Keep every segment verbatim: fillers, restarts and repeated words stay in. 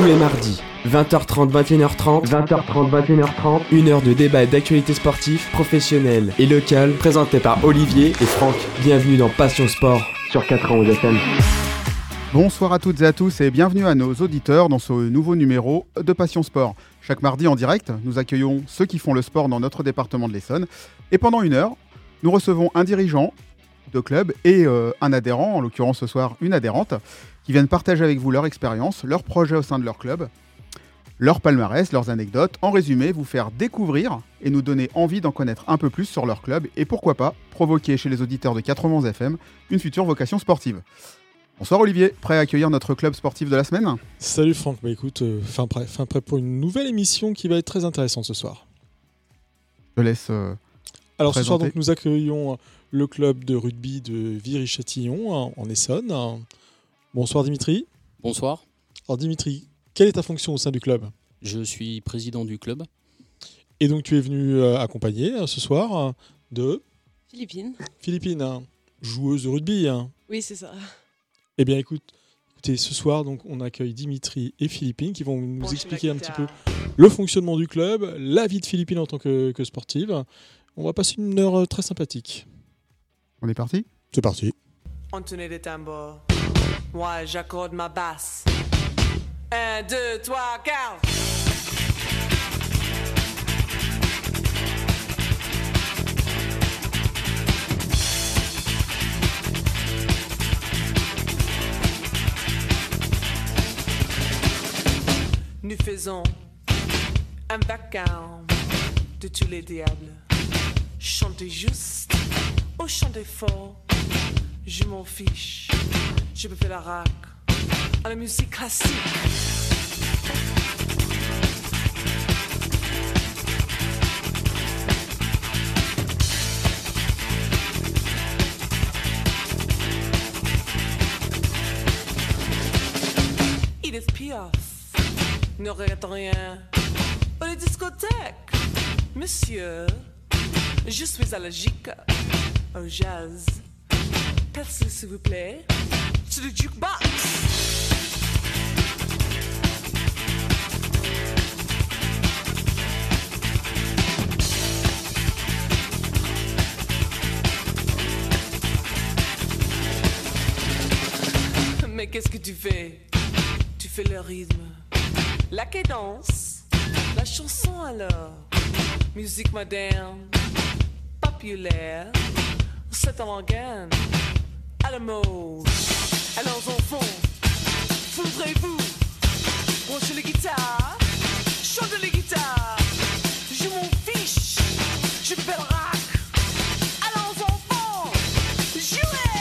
Tous les mardis, vingt heures trente, vingt et une heures trente, vingt heures trente, vingt et une heures trente, une heure de débat et d'actualité sportive, professionnelle et locale, présentée par Olivier et Franck. Bienvenue dans Passion Sport sur quatre-vingt-onze F M. Bonsoir à toutes et à tous et bienvenue à nos auditeurs dans ce nouveau numéro de Passion Sport. Chaque mardi en direct, nous accueillons ceux qui font le sport dans notre département de l'Essonne. Et pendant une heure, nous recevons un dirigeant de club et euh, un adhérent, en l'occurrence ce soir une adhérente, qui viennent partager avec vous leur expérience, leurs projets au sein de leur club, leur palmarès, leurs anecdotes, en résumé, vous faire découvrir et nous donner envie d'en connaître un peu plus sur leur club et pourquoi pas provoquer chez les auditeurs de quatre-vingt-onze F M une future vocation sportive. Bonsoir Olivier, prêt à accueillir notre club sportif de la semaine ? Salut Franck, bah écoute, euh, fin, prêt, fin prêt pour une nouvelle émission qui va être très intéressante ce soir. Je laisse euh, Alors présenter. Ce soir donc, nous accueillons le club de rugby de Viry-Châtillon en Essonne. Bonsoir Dimitri. Bonsoir. Alors Dimitri, quelle est ta fonction au sein du club ? Je suis président du club. Et donc tu es venu euh, accompagner euh, ce soir euh, de Philippine. Philippine, hein, joueuse de rugby. Hein. Oui, c'est ça. Eh bien écoute, écoutez, ce soir donc, on accueille Dimitri et Philippine qui vont nous Bon, expliquer un petit peu le fonctionnement du club, la vie de Philippine en tant que, que sportive. On va passer une heure très sympathique. On est parti ? C'est parti. On tenait des tambours. Moi, j'accorde ma basse. Un, deux, trois, quatre. Nous faisons un vacarme de tous les diables. Chantez juste ou chantez fort, je m'en fiche. Je peux faire la rac à la musique classique. Edith Piaf ne regrette rien. Pour les discothèques, monsieur, je suis allergique au jazz. Passez s'il vous plaît to the jukebox. Mais qu'est-ce que tu fais? Tu fais le rythme, la cadence, la chanson alors. Musique moderne, populaire, c'est avant-garde. À la mode, alors enfants, voudrez-vous branchez les guitares, chantez les guitares, je m'en fiche, je fais le rock. Alors enfants, jouez!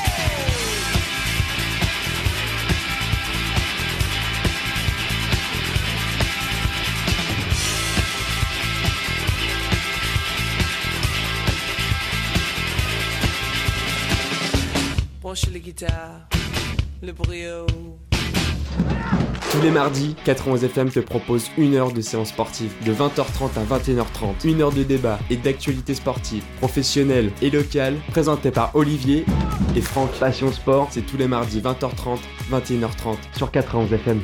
Branchez les guitares, le brio. Tous les mardis, quatre-vingt-onze F M te propose une heure de séance sportive de vingt heures trente à vingt et une heures trente. Une heure de débat et d'actualité sportive, professionnelle et locale, présentée par Olivier et Franck. Passion Sport, c'est tous les mardis vingt heures trente, vingt et une heures trente sur quatre-vingt-onze F M.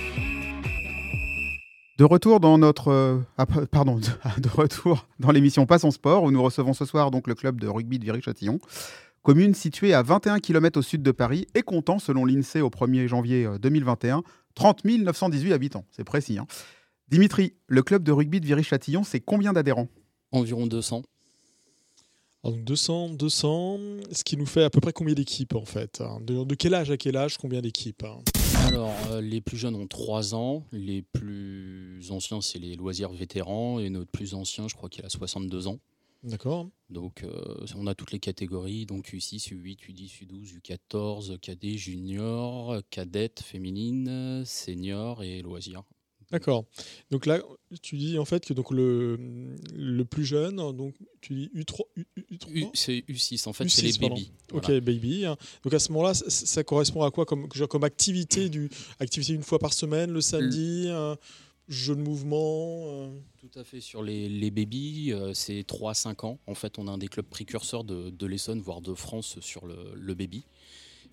De retour dans notre euh, ah, pardon de, de retour dans l'émission Passion Sport où nous recevons ce soir donc le club de rugby de Viry-Châtillon. Commune située à vingt et un kilomètres au sud de Paris et comptant, selon l'INSEE au premier janvier deux mille vingt et un, trente mille neuf cent dix-huit habitants. C'est précis. Hein. Dimitri, le club de rugby de Viry-Châtillon, c'est combien d'adhérents ? Environ deux cents. Alors donc deux cents, deux cents, ce qui nous fait à peu près combien d'équipes en fait ? de, de quel âge à quel âge, combien d'équipes ? Alors, euh, les plus jeunes ont trois ans, les plus anciens, c'est les loisirs vétérans, et notre plus ancien, je crois qu'il a soixante-deux ans. D'accord. Donc, euh, on a toutes les catégories, donc U six, U huit, U dix, U douze, U quatorze, cadet, junior, cadette, féminine, senior et loisirs. D'accord. Donc là, tu dis en fait que donc le, le plus jeune, donc tu dis U trois, U, U trois U, c'est U six, en fait, U six, c'est les pardon. baby. Ok, Voilà. baby. Donc à ce moment-là, ça, ça correspond à quoi comme, genre comme activité du, activité une fois par semaine, le samedi, un jeu de mouvement euh... Tout à fait. Sur les, les baby, euh, c'est trois à cinq ans. En fait, on a un des clubs précurseurs de, de l'Essonne, voire de France, sur le, le baby.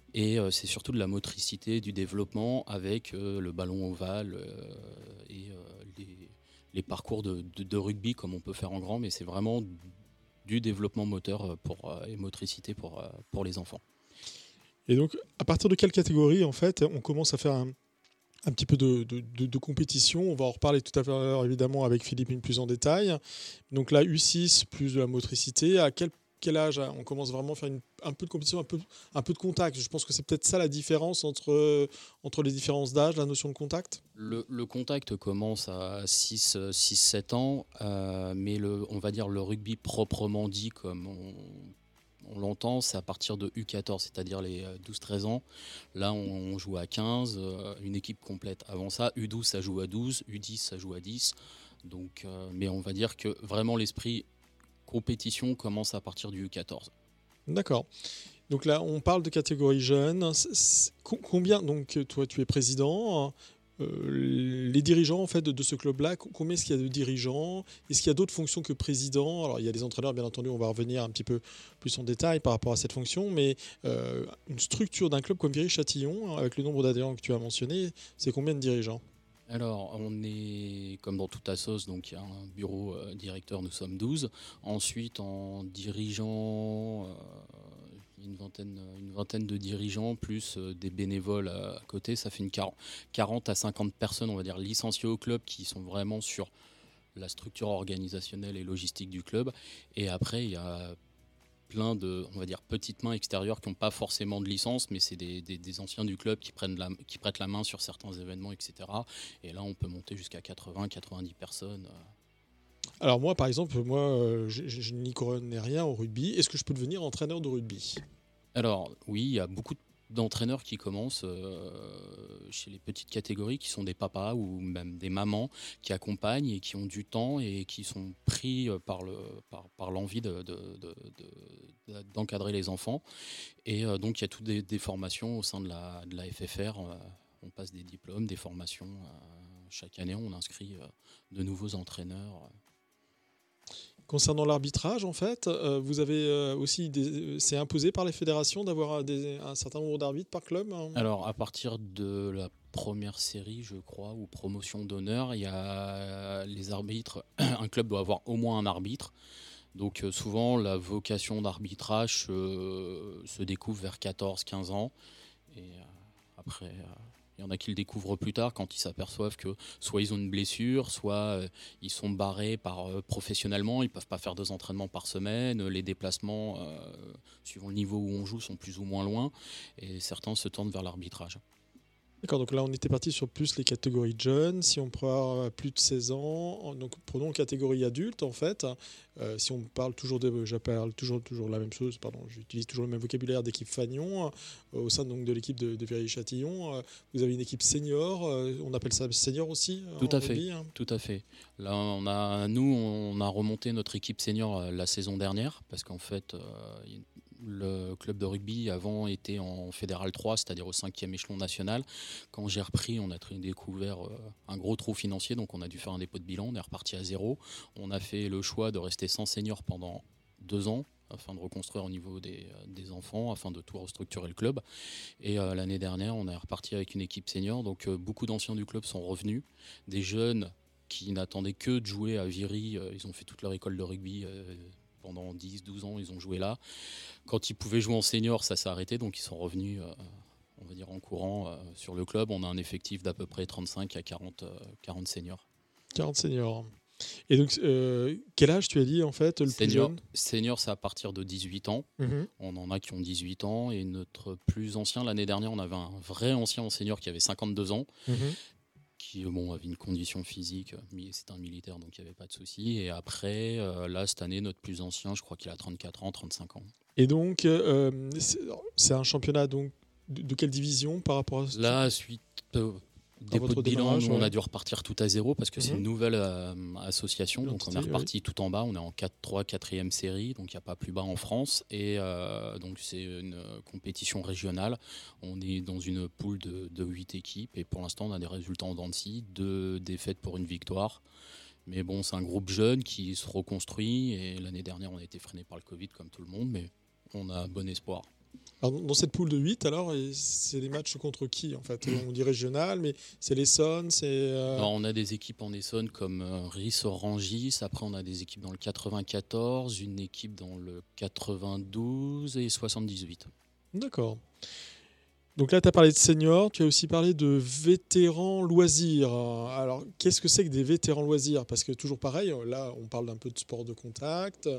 Et euh, c'est surtout de la motricité, du développement avec euh, le ballon ovale euh, et euh, les, les parcours de, de, de rugby comme on peut faire en grand, mais c'est vraiment du développement moteur pour, euh, et motricité pour, euh, pour les enfants. Et donc, à partir de quelle catégorie, en fait, on commence à faire un, un petit peu de, de, de, de compétition? On va en reparler tout à l'heure, évidemment, avec Philippe plus en détail. Donc là, U six, plus de la motricité. À quel, quel âge on commence vraiment à faire une, un peu de compétition, un peu, un peu de contact? Je pense que c'est peut-être ça la différence entre, entre les différences d'âge, la notion de contact. Le, le contact commence à six sept ans, euh, mais le, on va dire le rugby proprement dit, comme on... on l'entend, c'est à partir de U quatorze, c'est-à-dire les douze treize ans. Là, on, on joue à quinze, euh, une équipe complète. Avant ça, U douze, ça joue à douze, U dix, ça joue à dix. Donc, euh, mais on va dire que vraiment l'esprit compétition commence à partir du U quatorze. D'accord. Donc là, on parle de catégorie jeune. C'est, c'est, combien, donc toi, tu es président. Euh, les dirigeants en fait de, de ce club-là, combien est-ce qu'il y a de dirigeants? Est-ce qu'il y a d'autres fonctions que président? Alors il y a des entraîneurs, bien entendu, on va revenir un petit peu plus en détail par rapport à cette fonction, mais euh, une structure d'un club comme Viry-Châtillon, avec le nombre d'adhérents que tu as mentionné, c'est combien de dirigeants? Alors, on est comme dans toute assos, donc il y a un bureau euh, directeur, nous sommes douze. Ensuite, en dirigeants, euh, une vingtaine, une vingtaine de dirigeants, plus euh, des bénévoles à côté, ça fait une quarante à cinquante personnes, on va dire, licenciées au club, qui sont vraiment sur la structure organisationnelle et logistique du club. Et après, il y a plein de, on va dire, petites mains extérieures qui n'ont pas forcément de licence, mais c'est des, des, des anciens du club qui, prennent la, qui prêtent la main sur certains événements, et cetera. Et là, on peut monter jusqu'à quatre-vingts à quatre-vingt-dix personnes. Alors moi, par exemple, moi, euh, je, je, je n'y connais rien au rugby. Est-ce que je peux devenir entraîneur de rugby? Alors, oui, il y a beaucoup d'entraîneurs qui commencent euh, chez les petites catégories, qui sont des papas ou même des mamans qui accompagnent et qui ont du temps et qui sont pris par, le, par, par l'envie de, de, de, de, d'encadrer les enfants. Et euh, donc, il y a toutes des, des formations au sein de la, de la F F R. Euh, on passe des diplômes, des formations. Euh, chaque année, on inscrit euh, de nouveaux entraîneurs. Concernant l'arbitrage, en fait, euh, vous avez euh, aussi des, c'est imposé par les fédérations d'avoir des, un certain nombre d'arbitres par club, hein? Alors, à partir de la première série, je crois, ou promotion d'honneur, il y a les arbitres. Un club doit avoir au moins un arbitre. Donc, euh, souvent, la vocation d'arbitrage euh, se découvre vers quatorze quinze ans. Et euh, après. Euh, Il y en a qui le découvrent plus tard quand ils s'aperçoivent que soit ils ont une blessure, soit euh, ils sont barrés par, euh, professionnellement, ils ne peuvent pas faire deux entraînements par semaine, les déplacements, euh, suivant le niveau où on joue, sont plus ou moins loin, et certains se tournent vers l'arbitrage. D'accord, donc là on était parti sur plus les catégories de jeunes. Si on prend plus de seize ans, donc prenons catégorie adulte en fait. Euh, si on parle toujours de, je parle toujours, toujours la même chose, pardon, j'utilise toujours le même vocabulaire d'équipe Fagnon, euh, au sein donc de l'équipe de, de Viry-Châtillon. Euh, vous avez une équipe senior, euh, on appelle ça senior aussi. Tout à fait, rugby, hein. Tout à fait. Là, on a, nous, on a remonté notre équipe senior la saison dernière parce qu'en fait, euh, le club de rugby avant était en fédéral trois, c'est-à-dire au cinquième échelon national. Quand j'ai repris, on a découvert un gros trou financier, donc on a dû faire un dépôt de bilan, on est reparti à zéro. On a fait le choix de rester sans senior pendant deux ans, afin de reconstruire au niveau des, des enfants, afin de tout restructurer le club. Et euh, l'année dernière, on est reparti avec une équipe senior, donc euh, beaucoup d'anciens du club sont revenus, des jeunes qui n'attendaient que de jouer à Viry, euh, ils ont fait toute leur école de rugby euh, pendant dix douze ans, ils ont joué là. Quand ils pouvaient jouer en senior, ça s'est arrêté, donc ils sont revenus, euh, on va dire, en courant euh, sur le club. On a un effectif d'à peu près trente-cinq à quarante, euh, quarante seniors. quarante seniors. Et donc, euh, quel âge tu as dit en fait, le senior, plus jeune? Senior, c'est à partir de dix-huit ans. Mm-hmm. On en a qui ont dix-huit ans. Et notre plus ancien, l'année dernière, on avait un vrai ancien en senior qui avait cinquante-deux ans. Mm-hmm. Qui bon, avait une condition physique, mais c'est un militaire, donc il n'y avait pas de souci. Et après, euh, là, cette année, notre plus ancien, je crois qu'il a trente-quatre ans, trente-cinq ans. Et donc, euh, c'est, c'est un championnat donc, de, de quelle division par rapport à ce Là, suite euh, dépôt de bilan, nous, ouais. On a dû repartir tout à zéro parce que mm-hmm. c'est une nouvelle euh, association. Donc, on est reparti oui. tout en bas. On est en quatre trois, quatrième série, donc il n'y a pas plus bas en France. Et euh, donc, c'est une compétition régionale. On est dans une poule de, de huit équipes. Et pour l'instant, on a des résultats en dents de scie, deux défaites pour une victoire. Mais bon, c'est un groupe jeune qui se reconstruit. Et l'année dernière, on a été freiné par le Covid, comme tout le monde. Mais on a bon espoir. Alors, dans cette poule de huit, alors, et c'est des matchs contre qui en fait? On dit régional, mais c'est l'Essonne, c'est... euh, Alors, on a des équipes en Essonne comme euh, Ris-Orangis. Après, on a des équipes dans le quatre-vingt-quatorze, une équipe dans le quatre-vingt-douze et soixante-dix-huit. D'accord. Donc là, tu as parlé de seniors, tu as aussi parlé de vétérans loisirs. Alors, qu'est-ce que c'est que des vétérans loisirs? Parce que toujours pareil, là, on parle d'un peu de sport de contact.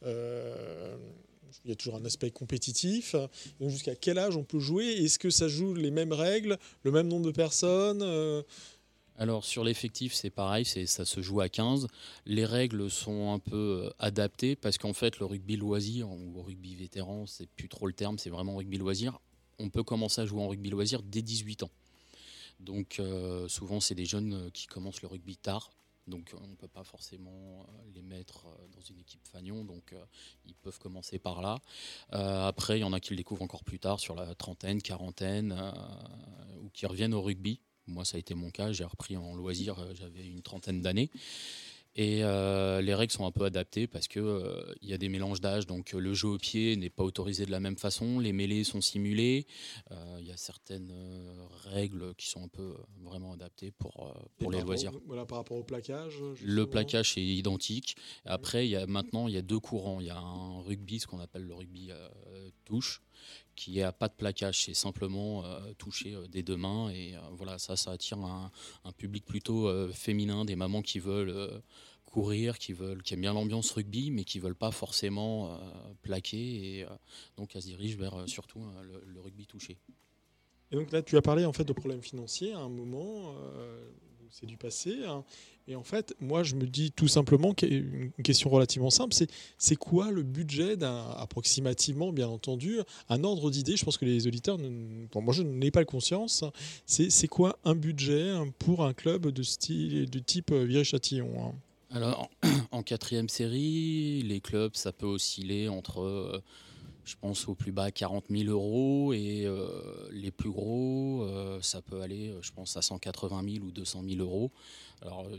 Euh, il y a toujours un aspect compétitif. Donc, jusqu'à quel âge on peut jouer? Est-ce que ça joue les mêmes règles, le même nombre de personnes? Euh, Alors sur l'effectif, c'est pareil, c'est, ça se joue à quinze. Les règles sont un peu euh, adaptées parce qu'en fait, le rugby loisir ou rugby vétéran, c'est plus trop le terme, c'est vraiment rugby loisir. On peut commencer à jouer en rugby loisir dès dix-huit ans. Donc euh, souvent, c'est des jeunes euh, qui commencent le rugby tard. Donc euh, on ne peut pas forcément euh, les mettre euh, dans une équipe fanion, donc euh, ils peuvent commencer par là. Euh, après, il y en a qui le découvrent encore plus tard, sur la trentaine, quarantaine, euh, ou qui reviennent au rugby. Moi, ça a été mon cas. J'ai repris en loisir, euh, j'avais une trentaine d'années. Et euh, les règles sont un peu adaptées parce qu'il euh, y a des mélanges d'âge. Donc euh, le jeu au pied n'est pas autorisé de la même façon. Les mêlées sont simulées. Il euh, y a certaines euh, règles qui sont un peu euh, vraiment adaptées pour, euh, pour les par loisirs. rapport, voilà, par rapport au plaquage. Justement. Le plaquage est identique. Après, il y a, maintenant, il y a deux courants. Il y a un rugby, ce qu'on appelle le rugby euh, touche, qui n'a pas de plaquage, c'est simplement euh, toucher euh, des deux mains. Et euh, voilà, ça, ça attire un, un public plutôt euh, féminin, des mamans qui veulent euh, courir, qui, veulent, qui aiment bien l'ambiance rugby, mais qui ne veulent pas forcément euh, plaquer. Et euh, donc, elles se dirigent vers euh, surtout euh, le, le rugby touché. Et donc là, tu as parlé en fait de problèmes financiers à un moment. Euh, c'est du passé. Hein. Et en fait, moi, je me dis tout simplement une question relativement simple, c'est c'est quoi le budget d'un, approximativement, bien entendu, un ordre d'idée. Je pense que les auditeurs, ne, bon, moi, je n'ai pas le conscience. C'est c'est quoi un budget pour un club de style, de type Viry-Châtillon? Hein? Alors, en quatrième série, les clubs, ça peut osciller entre, euh, je pense, au plus bas quarante mille euros et euh, les plus gros, euh, ça peut aller, je pense, à cent quatre-vingt mille ou deux cent mille euros. Alors,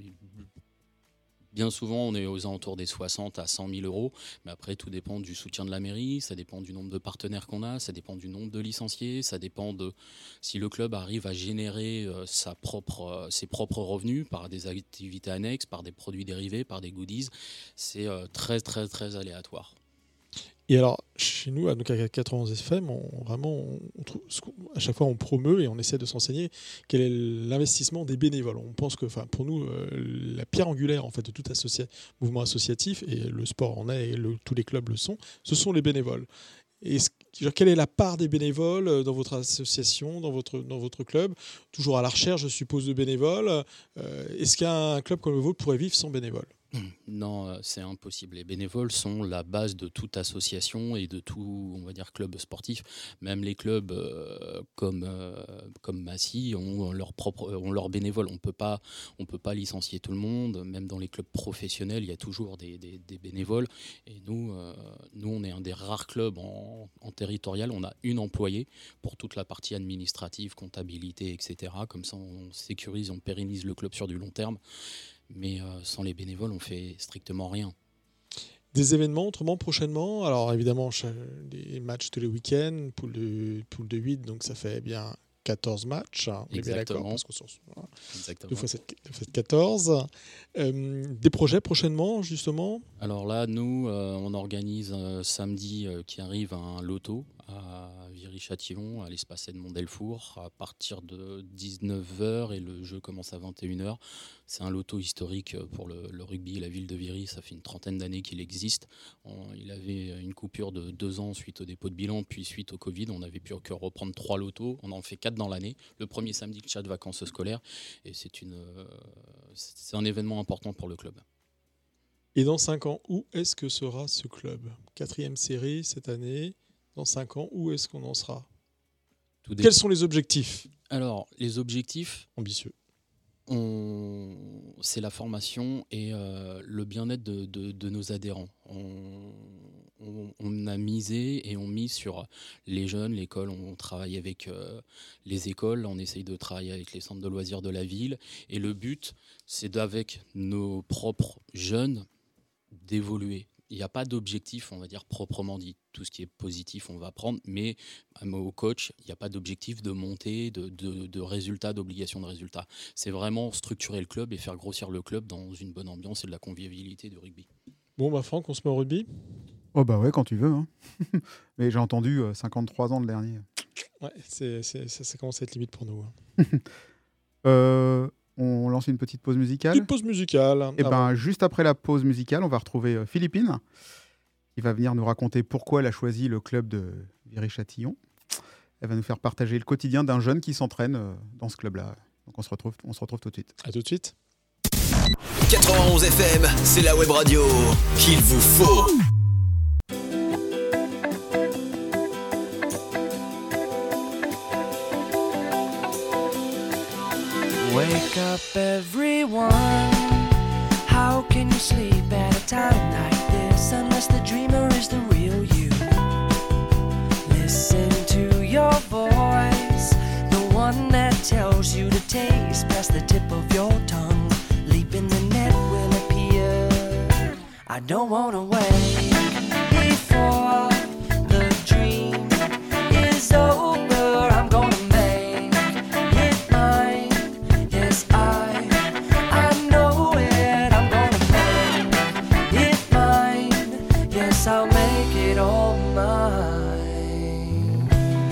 bien souvent, on est aux alentours des soixante à cent mille euros, mais après, tout dépend du soutien de la mairie, ça dépend du nombre de partenaires qu'on a, ça dépend du nombre de licenciés, ça dépend de si le club arrive à générer euh, sa propre, euh, ses propres revenus par des activités annexes, par des produits dérivés, par des goodies. C'est euh, très, très, très aléatoire. Et alors, chez nous, donc à quatre-vingts F M, on, vraiment, on, on, à chaque fois, on promeut et on essaie de s'enseigner quel est l'investissement des bénévoles. On pense que, enfin, pour nous, euh, la pierre angulaire en fait de tout associa- mouvement associatif, et le sport en est, et le, tous les clubs le sont, ce sont les bénévoles. Et genre, quelle est la part des bénévoles dans votre association, dans votre, dans votre club? Toujours à la recherche, je suppose, de bénévoles. Euh, est-ce qu'un club comme le vôtre pourrait vivre sans bénévoles? Non, c'est impossible. Les bénévoles sont la base de toute association et de tout, on va dire, club sportif. Même les clubs euh, comme, euh, comme Massy ont leur propre, ont leurs bénévoles. On peut pas, on peut pas licencier tout le monde. Même dans les clubs professionnels, il y a toujours des, des, des bénévoles. Et nous, euh, nous, on est un des rares clubs en, en territorial. On a une employée pour toute la partie administrative, comptabilité, et cetera. Comme ça, on sécurise, on pérennise le club sur du long terme. Mais euh, sans les bénévoles, on fait strictement rien. Des événements autrement prochainement? Alors évidemment, des matchs tous les week-ends, poule de, poule de huit, donc ça fait bien quatorze matchs. Hein, exactement. Parce qu'on s'en, voilà. Exactement. Deux fois quatorze. Euh, des projets prochainement, justement? Alors là, nous, euh, on organise euh, samedi euh, qui arrive un loto à Viry-Châtillon, à l'espace Edmond Delfour, à partir de dix-neuf heures, et le jeu commence à vingt et une heures. C'est un loto historique pour le, le rugby. La ville de Viry, ça fait une trentaine d'années qu'il existe. On, il avait une coupure de deux ans suite au dépôt de bilan, puis suite au Covid, on n'avait pu que reprendre trois lotos. On en fait quatre dans l'année. Le premier samedi, le chat de vacances scolaires, et c'est, une, euh, c'est un événement important pour le club. Et dans cinq ans, où est-ce que sera ce club? Quatrième série cette année. Dans cinq ans, où est-ce qu'on en sera? Tout Quels sont les objectifs? Alors, les objectifs ambitieux, on... c'est la formation et euh, le bien-être de, de, de nos adhérents. On... On, on a misé et on mise sur les jeunes, l'école, on travaille avec euh, les écoles, on essaye de travailler avec les centres de loisirs de la ville. Et le but, c'est d'avec nos propres jeunes, d'évoluer, Il n'y a pas d'objectif, on va dire, proprement dit. Tout ce qui est positif, on va prendre, mais au coach, il n'y a pas d'objectif de montée, de, de, de résultats, d'obligation de résultats. C'est vraiment structurer le club et faire grossir le club dans une bonne ambiance et de la convivialité du rugby. Bon, bah Franck, on se met au rugby ? Oh bah ouais, quand tu veux. Hein. Mais j'ai entendu euh, cinquante-trois ans le dernier. Ouais, c'est, c'est, ça, ça commence à être limite pour nous. Hein. euh, on lance une petite pause musicale. Petite pause musicale. Et Ah ben bon. juste après la pause musicale, on va retrouver euh, Philippine. Il va venir nous raconter pourquoi elle a choisi le club de Viry-Châtillon. Elle va nous faire partager le quotidien d'un jeune qui s'entraîne euh, dans ce club-là. Donc on se retrouve, on se retrouve tout de suite. À tout de suite. quatre-vingt-onze F M, c'est la web radio qu'il vous faut. Wake up everyone. How can you sleep at a time like this unless the dreamer is the real you? Listen to your voice, the one that tells you to taste past the tip of your tongue. Leap in the net will appear. I don't wanna wait before the dream is over. I'm gonna make it mine. Yes, I, I know it. I'm gonna make it mine. Yes, I'll make it all mine.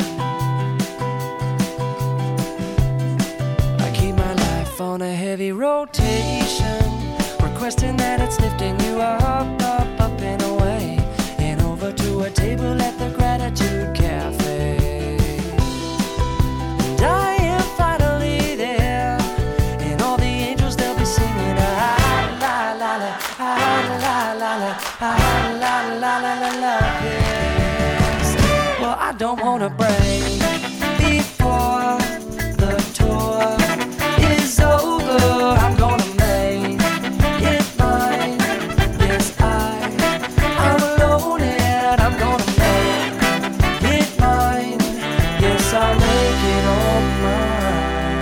I keep my life on a heavy rotation, requesting that it's lifting you up, up, up and away, and over to a table at the Gratitude Cafe. And I am finally there, and all the angels they'll be singing ah la la la, ah la la la, ah la la la la la, yes. Well, I don't wanna break before the tour is over. I'm gonna make it mine. Yes, I, I'm alone and I'm gonna make it mine. Yes, I'll make it all mine.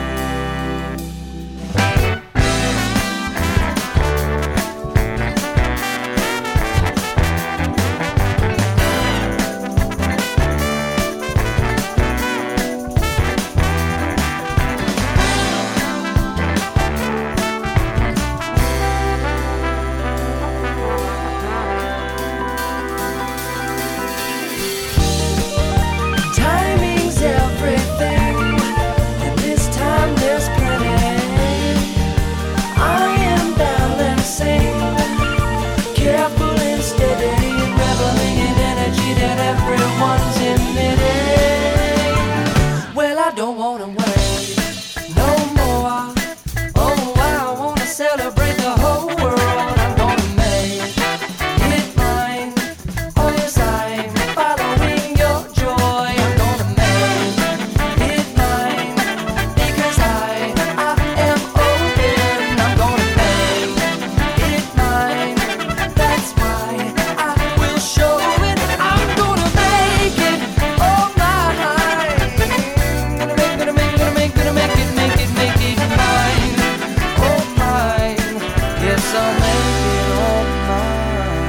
Timing's everything, and this time there's plenty. I am balancing, careful and steady, reveling in energy that everyone's emitting. Well, I don't wanna wait no more. Oh, I wanna celebrate the whole world. I'm gonna make it mine. Oh, yes, I'm following your joy. I'm gonna make it mine because I, I am open. I'm gonna make it mine. That's why I will show it. I'm gonna make it all mine. Gonna make, gonna make, gonna make, gonna make it, make it, make it mine. All mine. Yes, I'll make it all mine.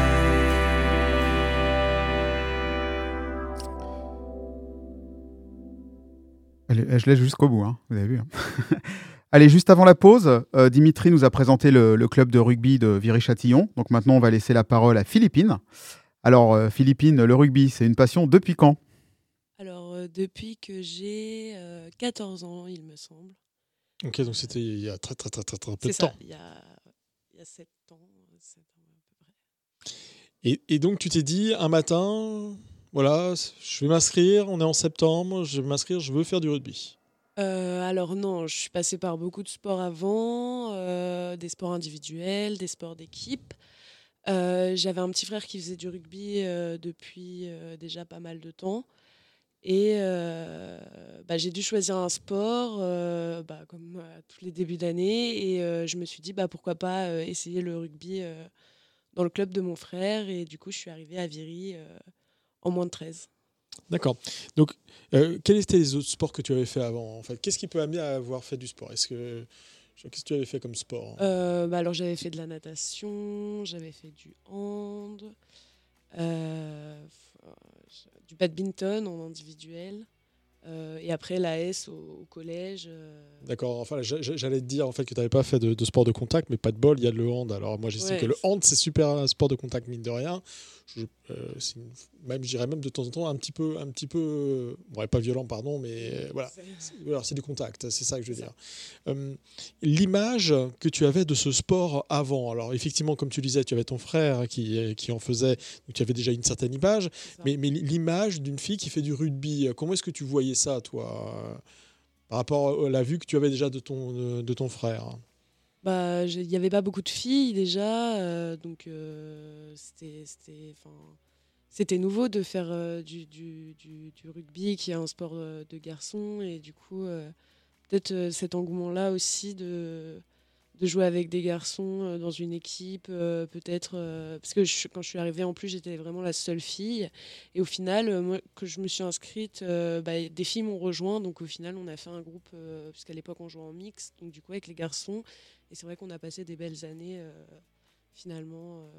Allez, je laisse jusqu'au bout, hein, vous avez vu. Hein. Allez, juste avant la pause, euh, Dimitri nous a présenté le, le club de rugby de Viry-Châtillon. Donc maintenant, on va laisser la parole à Philippine. Alors, euh, Philippine, le rugby, c'est une passion depuis quand ? Alors, euh, depuis que j'ai euh, quatorze ans, il me semble. Ok, donc c'était il y a très très très très, très peu C'est de ça, temps. il y a, il y a sept ans. sept ans à peu près. Et, et donc tu t'es dit un matin, voilà, je vais m'inscrire, on est en septembre, je vais m'inscrire, je veux faire du rugby. Euh, alors non, je suis passée par beaucoup de sports avant, euh, des sports individuels, des sports d'équipe. Euh, j'avais un petit frère qui faisait du rugby euh, depuis euh, déjà pas mal de temps. Et euh, bah, j'ai dû choisir un sport, euh, bah, comme à tous les débuts d'année. Et euh, je me suis dit, bah, pourquoi pas euh, essayer le rugby euh, dans le club de mon frère. Et du coup, je suis arrivée à Viry euh, en moins de treize. D'accord. Donc, euh, quels étaient les autres sports que tu avais fait avant en fait ? Qu'est-ce qui peut amener à avoir fait du sport ? Est-ce que Qu'est-ce que tu avais fait comme sport? Euh, bah alors j'avais fait de la natation, j'avais fait du hand, euh, du badminton en individuel. Euh, et après l'A S au, au collège. Euh... D'accord, enfin j'allais te dire en fait que tu n'avais pas fait de, de sport de contact, mais pas de bol, il y a le hand. Alors moi j'estime Ouais, que le c'est- hand c'est super un sport de contact mine de rien. Je, euh, c'est une- même je dirais même de temps en temps un petit peu, un petit peu, euh, ouais, pas violent pardon, mais euh, voilà, c'est- c'est, voilà, c'est du contact, c'est ça que je veux C'est dire. Euh, l'image que tu avais de ce sport avant, alors effectivement comme tu disais, tu avais ton frère qui, qui en faisait, donc tu avais déjà une certaine image, c'est ça. mais, mais l'image d'une fille qui fait du rugby, comment est-ce que tu voyais ça toi? Par rapport à la vue que tu avais déjà de ton, de, de ton frère. Bah, j'ai- il n'y avait pas beaucoup de filles déjà, euh, donc euh, c'était, c'était, enfin, c'était nouveau de faire euh, du, du, du, du rugby, qui est un sport euh, de garçons, et du coup, euh, peut-être euh, cet engouement-là aussi de, de jouer avec des garçons euh, dans une équipe, euh, peut-être, euh, parce que je- quand je suis arrivée, en plus, j'étais vraiment la seule fille, et au final, euh, moi, que je me suis inscrite, euh, bah, des filles m'ont rejoint, donc au final, on a fait un groupe, euh, parce qu'à l'époque, on jouait en mix, donc du coup, avec les garçons. Et c'est vrai qu'on a passé des belles années, euh, finalement. euh.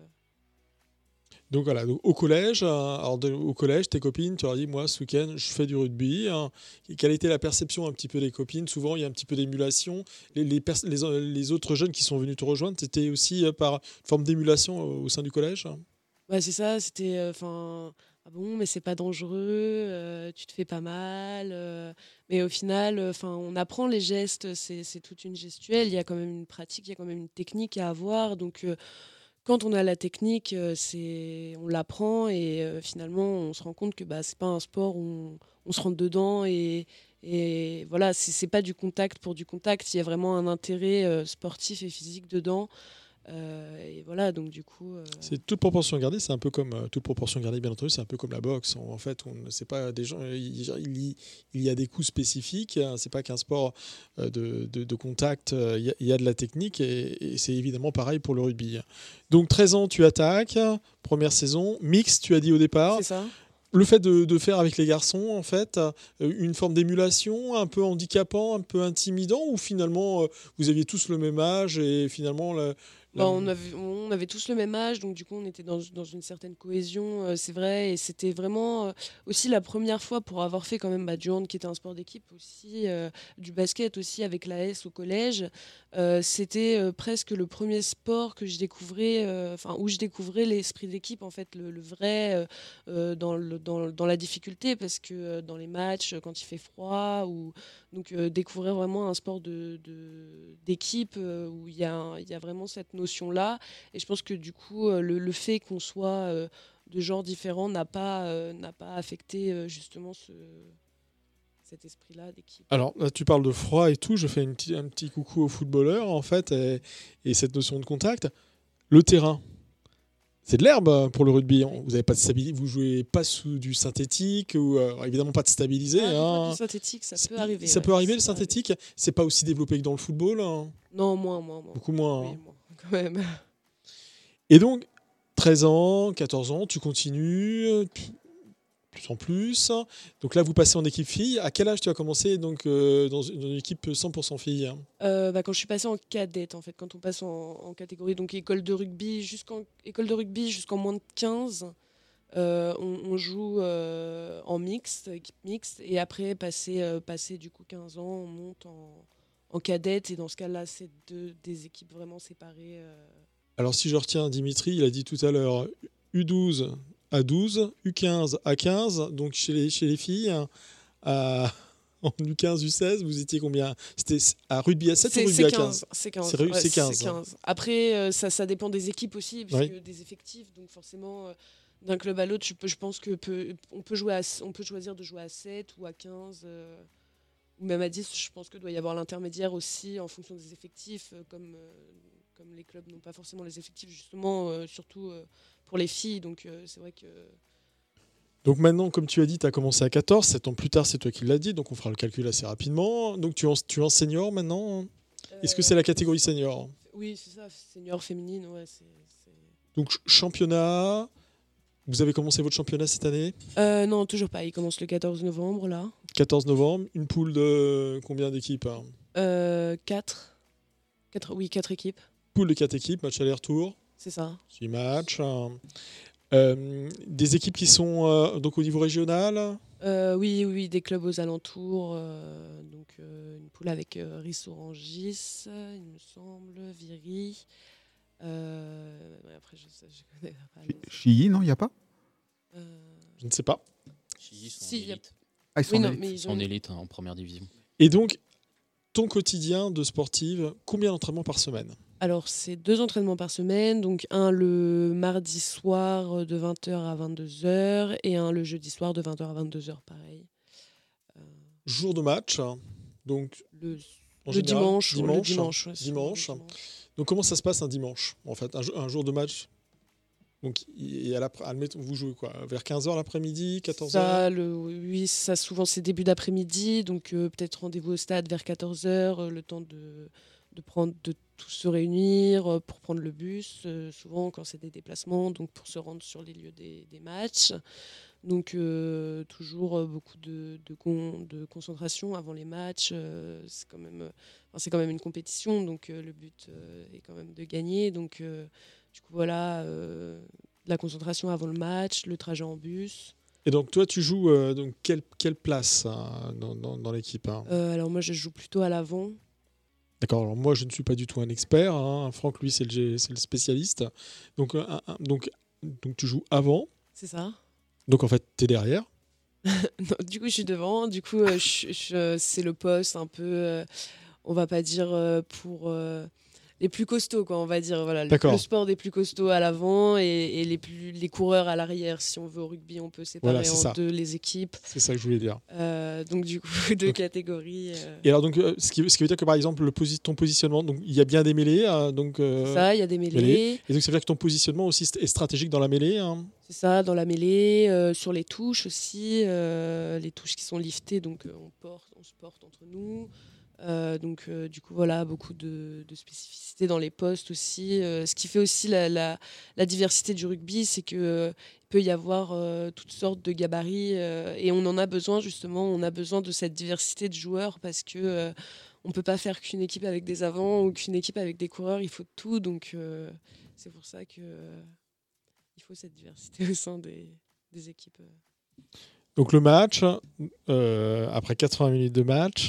Donc voilà, donc, au collège, euh, alors de- au collège, tes copines, tu leur dis, moi ce week-end, je fais du rugby. Hein. Et quelle était la perception un petit peu des copines? Souvent, il y a un petit peu d'émulation. Les, les, pers- les, euh, les autres jeunes qui sont venus te rejoindre, c'était aussi euh, par une forme d'émulation au, au sein du collège? Ouais, c'est ça, c'était. Enfin, ah bon, mais c'est pas dangereux, euh, tu te fais pas mal. euh. Mais au final, enfin, on apprend les gestes, c'est c'est toute une gestuelle. Il y a quand même une pratique, il y a quand même une technique à avoir. Donc, euh, quand on a la technique, euh, c'est, on l'apprend et euh, finalement, on se rend compte que bah, c'est pas un sport où on, on se rentre dedans et, et voilà, c'est c'est pas du contact pour du contact. Il y a vraiment un intérêt euh, sportif et physique dedans. Euh, et voilà, donc du coup. euh, C'est toute proportion gardée, c'est un peu comme euh, toute proportion gardée, bien entendu, c'est un peu comme la boxe. En, en fait, on ne sait pas des gens. Il, il- il y a des coups spécifiques. Hein, c'est pas qu'un sport euh, de, de- de contact. euh, Il y, a- il y a de la technique et, et c'est évidemment pareil pour le rugby. Donc treize ans, tu attaques. Première saison, mix, tu as dit au départ. C'est ça. Le fait de, de faire avec les garçons, en fait, euh, une forme d'émulation, un peu handicapant, un peu intimidant, ou finalement euh, vous aviez tous le même âge et finalement la, la- Bah, on, avait, on avait tous le même âge, donc du coup on était dans, dans une certaine cohésion, euh, c'est vrai, et c'était vraiment euh, aussi la première fois pour avoir fait quand même bah, du hand qui était un sport d'équipe aussi, euh, du basket aussi avec l'A S au collège. Euh, c'était euh, presque le premier sport que je découvrais, euh, enfin où je découvrais l'esprit d'équipe en fait, le, le vrai euh, euh, dans, le, dans, dans la difficulté, parce que euh, dans les matchs quand il fait froid, ou donc euh, découvrir vraiment un sport de, de- d'équipe euh, où il y, a un- il y a vraiment cette notion-là. Et je pense que du coup, euh, le, le fait qu'on soit euh, de genres différents n'a pas, euh, n'a pas affecté euh, justement ce, cet esprit-là d'équipe. Alors, là, tu parles de froid et tout, je fais une petit- un petit coucou aux footballeurs, en fait, et, et cette notion de contact. Le terrain, c'est de l'herbe pour le rugby. Hein. Vous avez pas de stabilité, vous jouez pas sous du synthétique, ou euh, évidemment pas de stabilisé. Ah, des fois, hein. du synthétique, ça C'est- peut arriver. Ça ouais, peut arriver, le ça peut arriver. synthétique. C'est pas aussi développé que dans le football. hein. Non, moins, moins, moins. Beaucoup moins. Oui, hein. moins, quand même. Et donc, treize ans, quatorze ans, tu continues, euh, plus plus en plus. Donc là, vous passez en équipe fille. À quel âge tu as commencé donc, euh, dans, une, dans une équipe cent pour cent fille? hein Euh, bah, quand je suis passée en cadette, en fait, quand on passe en, en catégorie, donc école de rugby jusqu'en école de rugby jusqu'en moins de quinze, euh, on, on joue euh, en mixte, équipe mixte, et après passer, euh, passer du coup quinze ans, on monte en, en cadette, et dans ce cas-là, c'est deux des équipes vraiment séparées. euh. Alors, si je retiens Dimitri, il a dit tout à l'heure U douze à douze, U quinze à quinze, donc chez les, chez les filles, hein, à, en U quinze, U seize, vous étiez combien? C'était à rugby à sept ou C'est rugby c'est à quinze, quinze? c'est quinze, C'est ru- ouais, c'est quinze, c'est hein. quinze. Après, euh, ça, ça dépend des équipes aussi, parce Oui. que des effectifs, donc forcément, euh, d'un club à l'autre, je, peux- je pense que peut, on, peut jouer à, on peut choisir de jouer à sept ou à quinze, euh, ou même à dix. Je pense que doit y avoir l'intermédiaire aussi en fonction des effectifs, euh, comme, euh, comme les clubs n'ont pas forcément les effectifs, justement, euh, surtout euh, pour les filles. Donc euh, c'est vrai que... Donc maintenant, comme tu as dit, tu as commencé à quatorze, sept ans plus tard, c'est toi qui l'as dit, donc on fera le calcul assez rapidement. Donc tu es en, tu es en senior maintenant? Est-ce que c'est la catégorie senior? Oui, c'est ça, senior féminine, ouais. c'est- c'est- Donc ch- championnat, vous avez commencé votre championnat cette année? Euh, non, toujours pas. Il commence le quatorze novembre, là. quatorze novembre, une poule de combien d'équipes? hein Euh, quatre. Quatre, oui, quatre équipes. Poule de quatre équipes, match aller-retour. C'est ça. six matchs. Euh, des équipes qui sont euh, donc au niveau régional. Euh, oui, oui, des clubs aux alentours. Euh, donc euh, une poule avec euh, Ris-Orangis, il me semble, Viry. Euh, après, je sais, je connais pas. les- Chilly, non, il n'y a pas Euh, Je ne sais pas. Chilly sont Si, en y a- élite. Ah, ils sont oui, en non, élite. mais Ils ils sont ont- en élite, hein, en première division. Et donc, ton quotidien de sportive, combien d'entraînements par semaine? Alors, c'est deux entraînements par semaine. Donc, un le mardi soir de vingt heures à vingt-deux heures et un le jeudi soir de vingt heures à vingt-deux heures, pareil. Euh, Jour de match. Donc, le en le général, dimanche. Le dimanche. dimanche, ouais, souvent le Dimanche. dimanche. Donc, comment ça se passe un dimanche, en fait, un, jo- un jour de match? Donc, et à l'après- admettons, vous jouez quoi? Vers quinze heures l'après-midi, quatorze heures? Ça, le, oui, ça souvent c'est début d'après-midi, donc euh, peut-être rendez-vous au stade vers quatorze heures, euh, le temps de, de, prendre, de tous se réunir euh, pour prendre le bus, euh, souvent quand c'est des déplacements, donc pour se rendre sur les lieux des, des matchs. Donc euh, toujours euh, beaucoup de, de, con- de concentration avant les matchs. euh, c'est quand même, euh, enfin, c'est quand même une compétition, donc euh, le but euh, est quand même de gagner. Donc euh, du coup voilà, euh, la concentration avant le match, le trajet en bus. Et donc, toi, tu joues euh, donc, quelle, quelle place hein, dans, dans- dans l'équipe hein? Euh, alors moi je joue plutôt à l'avant. D'accord, alors moi, je ne suis pas du tout un expert. hein. Franck, lui, c'est le, G- c'est le spécialiste. Donc, euh, un- un- donc, donc, tu joues avant. C'est ça. Donc, en fait, tu es derrière. Non, du coup je suis devant. Du coup euh, je- je- c'est le poste un peu, euh, on va pas dire euh, pour euh, les plus costauds, quoi, on va dire. Voilà, le, D'accord. le sport des plus costauds à l'avant et, et les, plus, les coureurs à l'arrière. Si on veut au rugby, on peut séparer Voilà, c'est en ça. deux les équipes. C'est ça que je voulais dire. Euh, donc du coup, deux Donc- catégories. euh, Et alors, donc, euh, ce, qui, ce qui veut dire que, par exemple, le posi- ton positionnement, donc, il y a bien des mêlées. hein, donc, euh, ça, il y a des mêlées. mêlées. Et donc, ça veut dire que ton positionnement aussi st- est stratégique dans la mêlée. hein. C'est ça, dans la mêlée, euh, sur les touches aussi, euh, les touches qui sont liftées, donc euh, on, porte, on se porte entre nous. Euh, donc euh, du coup voilà, beaucoup de, de spécificités dans les postes aussi. Euh, ce qui fait aussi la, la, la diversité du rugby, c'est qu'il euh, peut y avoir euh, toutes sortes de gabarits euh, et on en a besoin justement, on a besoin de cette diversité de joueurs parce que euh, on peut pas faire qu'une équipe avec des avants ou qu'une équipe avec des coureurs, il faut tout. Donc euh, c'est pour ça que euh, il faut cette diversité au sein des, des équipes. Donc, le match, euh, après quatre-vingts minutes de match,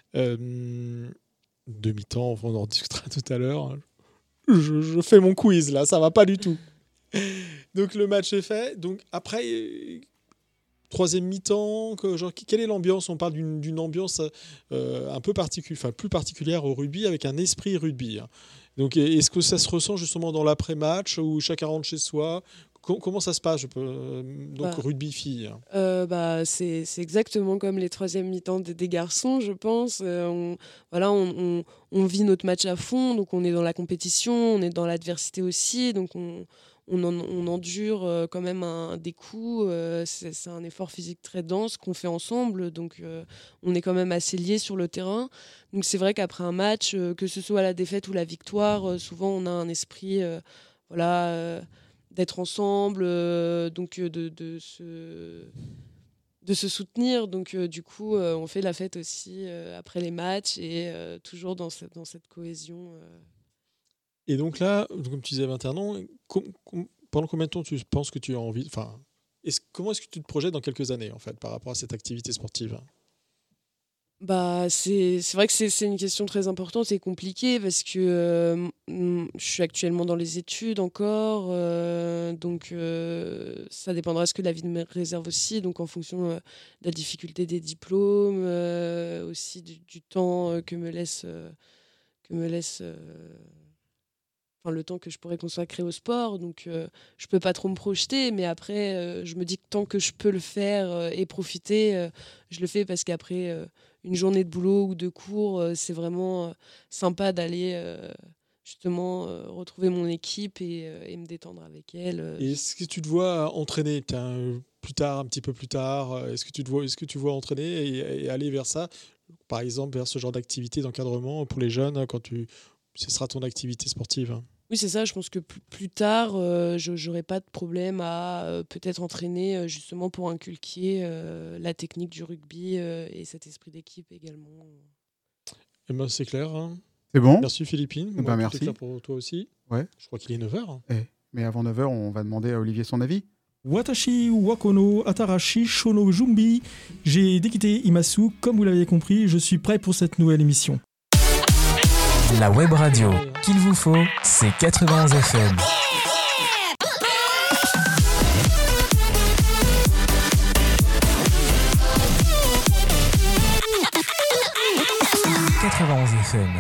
euh, demi-temps, on en discutera tout à l'heure. Je, je fais mon quiz là, ça va pas du tout. Donc, le match est fait. Donc, après, euh, troisième mi-temps, que- genre, quelle est l'ambiance? On parle d'une d'une ambiance euh, un peu particulière, enfin plus particulière au rugby, avec un esprit rugby. hein. Donc, est-ce que ça se ressent justement dans l'après-match où chacun rentre chez soi? Com- Comment ça se passe je peux... euh, Donc, Bah. rugby fille. Euh, bah, c'est c'est exactement comme les troisièmes mi-temps des, des garçons, je pense. Euh, on, voilà, on, on, on vit notre match à fond, donc on est dans la compétition, on est dans l'adversité aussi, donc on, on, en- on endure euh, quand même un, des coups. euh, c'est c'est un effort physique très dense qu'on fait ensemble, donc euh, on est quand même assez liés sur le terrain. Donc c'est vrai qu'après un match, euh, que ce soit la défaite ou la victoire, euh, souvent on a un esprit, euh, voilà. euh, d'être ensemble, euh, donc euh, de, de, se, de se soutenir. Donc euh, du coup, euh, on fait la fête aussi euh, après les matchs et euh, toujours dans cette, dans cette cohésion. euh. Et donc là, comme tu disais, vingt et un ans, com- com- pendant combien de temps tu penses que tu as envie... Enfin, est-ce- comment est-ce que tu te projettes dans quelques années, en fait, par rapport à cette activité sportive? Bah, c'est c'est vrai que c'est c'est une question très importante et compliquée parce que euh, mm, je suis actuellement dans les études encore, euh, donc euh, ça dépendra ce que la vie me réserve aussi, donc en fonction euh, de la difficulté des diplômes, euh, aussi du, du temps euh, que me laisse, euh, que me laisse euh, enfin, le temps que je pourrais consacrer au sport. Donc euh, je peux pas trop me projeter, mais après euh, je me dis que tant que je peux le faire euh, et profiter, euh, je le fais parce qu'après euh, une journée de boulot ou de cours, euh, c'est vraiment euh, sympa d'aller euh, justement euh, retrouver mon équipe et, euh, et me détendre avec elle. euh. Et est-ce que tu te vois entraîner tiens, euh, plus tard, un petit peu plus tard euh, Est-ce que tu te vois, est-ce que tu vois entraîner et, et aller vers ça, par exemple, vers ce genre d'activité d'encadrement pour les jeunes quand tu, ce sera ton activité sportive hein? Oui, c'est ça. Je pense que plus, plus tard, euh, je n'aurai pas de problème à euh, peut-être entraîner euh, justement pour inculquer euh, la technique du rugby euh, et cet esprit d'équipe également. Eh ben, c'est clair. hein. C'est bon. Merci Philippine. Ben, Bon, tout merci. est clair pour toi aussi. Ouais. Je crois qu'il est neuf heures. Eh, mais avant neuf heures, on va demander à Olivier son avis. Watashi, Wakono, Atarashi, Shono, Jumbi. J'ai déquitté Imasu. Comme vous l'avez compris, je suis prêt pour cette nouvelle émission. La web radio qu'il vous faut, c'est quatre-vingt-onze F M. quatre-vingt-onze F M.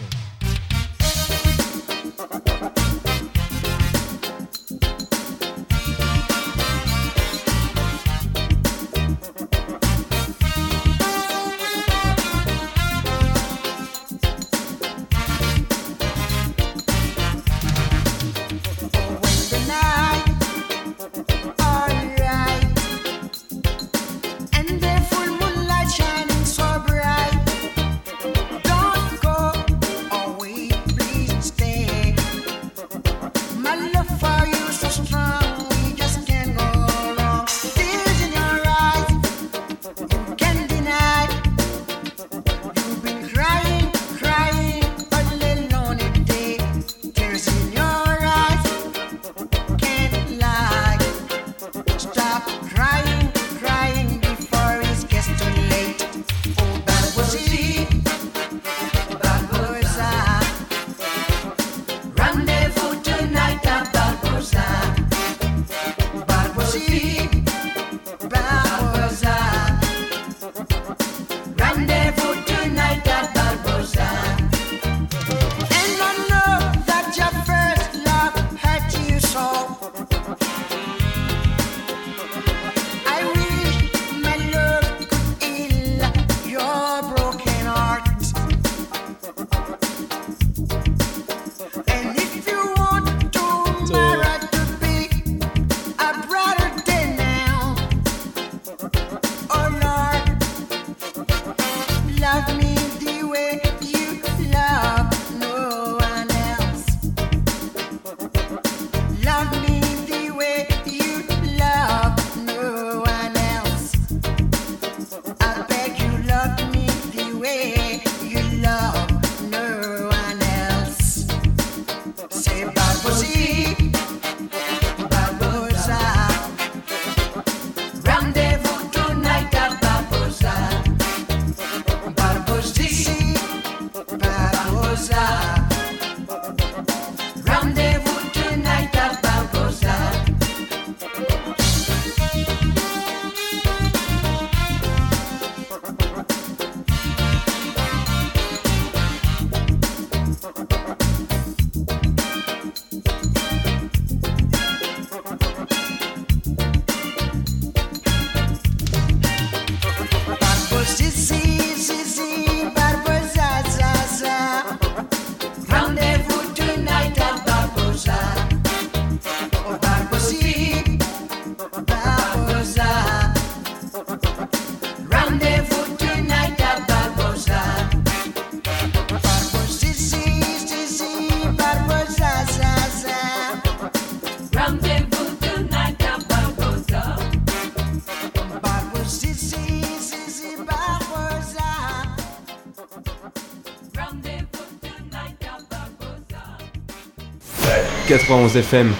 quatre-vingt-onze F M.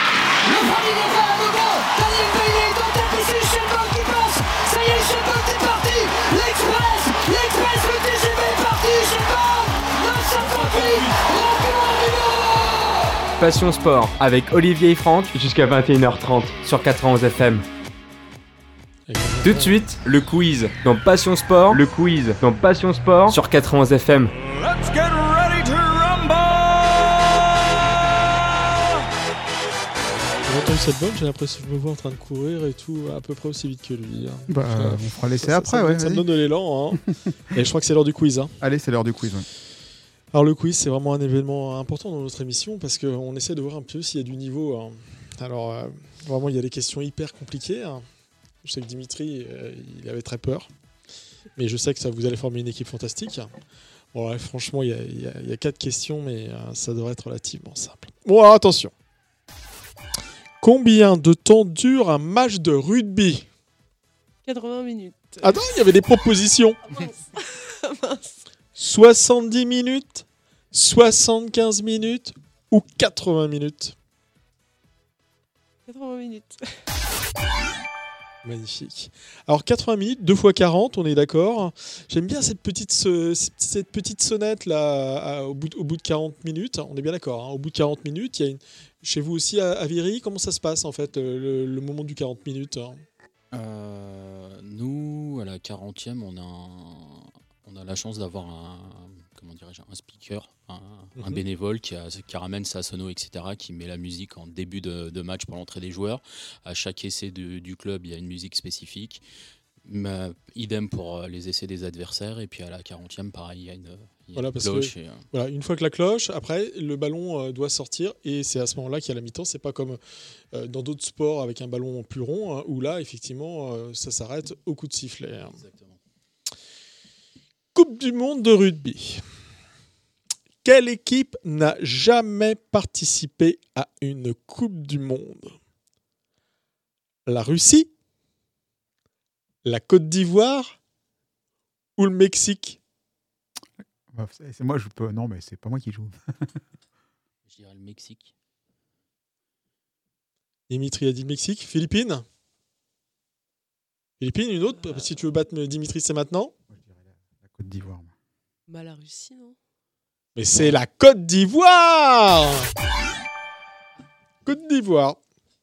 Passion Sport avec Olivier et Franck jusqu'à vingt et une heures trente sur quatre-vingt-onze F M. Tout de suite, le quiz dans Passion Sport. Le quiz dans Passion Sport sur quatre-vingt-onze F M. Let's get ready to rumble! J'ai entendu cette bonne, j'ai l'impression de me voir en train de courir et tout, à peu près aussi vite que lui. Hein. Bah, Ça, on fera laisser ça, après, ça, ouais. Ça me vas-y. donne de l'élan. Hein. Et je crois que c'est l'heure du quiz. Hein. Allez, c'est l'heure du quiz. Ouais. Alors le quiz, c'est vraiment un événement important dans notre émission parce qu'on essaie de voir un peu s'il y a du niveau. Hein. Alors euh, vraiment, il y a des questions hyper compliquées. Hein. Je sais que Dimitri, euh, il avait très peur. Mais je sais que ça vous allez former une équipe fantastique. Bon, ouais, franchement, il y, a, il, y a, il y a quatre questions, mais euh, ça devrait être relativement simple. Bon, alors, attention. Combien de temps dure un match de rugby ? quatre-vingts minutes. Attends, il y avait des propositions. Ah mince. Ah mince. soixante-dix minutes, soixante-quinze minutes ou quatre-vingts minutes? quatre-vingts minutes. Magnifique. Alors quatre-vingts minutes, deux fois quarante, on est d'accord. J'aime bien cette petite, ce- cette petite sonnette là à- au, bout de, au bout de quarante minutes. On est bien d'accord. Hein. Au bout de quarante minutes, il y a une... chez vous aussi à, à Viry, comment ça se passe en fait euh, le, le moment du quarante minutes hein Euh, nous, à la quarantième, on a, un- on a la chance d'avoir un, comment dirais-je, un speaker, un, un Mhm. bénévole qui, a- qui ramène sa sono, et cetera, qui met la musique en début de, de match pour l'entrée des joueurs. À chaque essai de- du club, il y a une musique spécifique. Mais, idem pour euh, les essais des adversaires. Et puis à la quarantième, pareil, il y a une, il y a Voilà, une parce cloche. que et, euh, voilà, une fois que la cloche, après le ballon euh, doit sortir et c'est à ce moment-là qu'il y a la mi-temps. C'est pas comme euh, dans d'autres sports avec un ballon plus rond hein, où là effectivement euh, ça s'arrête au coup de sifflet. hein. Exactement. Coupe du monde de rugby. Quelle équipe n'a jamais participé à une Coupe du monde? La Russie, la Côte d'Ivoire ou le Mexique? Bah, c'est c'est moi, je peux. Non, mais c'est pas moi qui joue. Je dirais le Mexique. Dimitri a dit le Mexique. Philippines? Philippines, une autre? Si tu veux battre Dimitri, c'est maintenant. La Côte d'Ivoire. moi. Bah, la Russie, non? Mais c'est la Côte d'Ivoire! Côte d'Ivoire.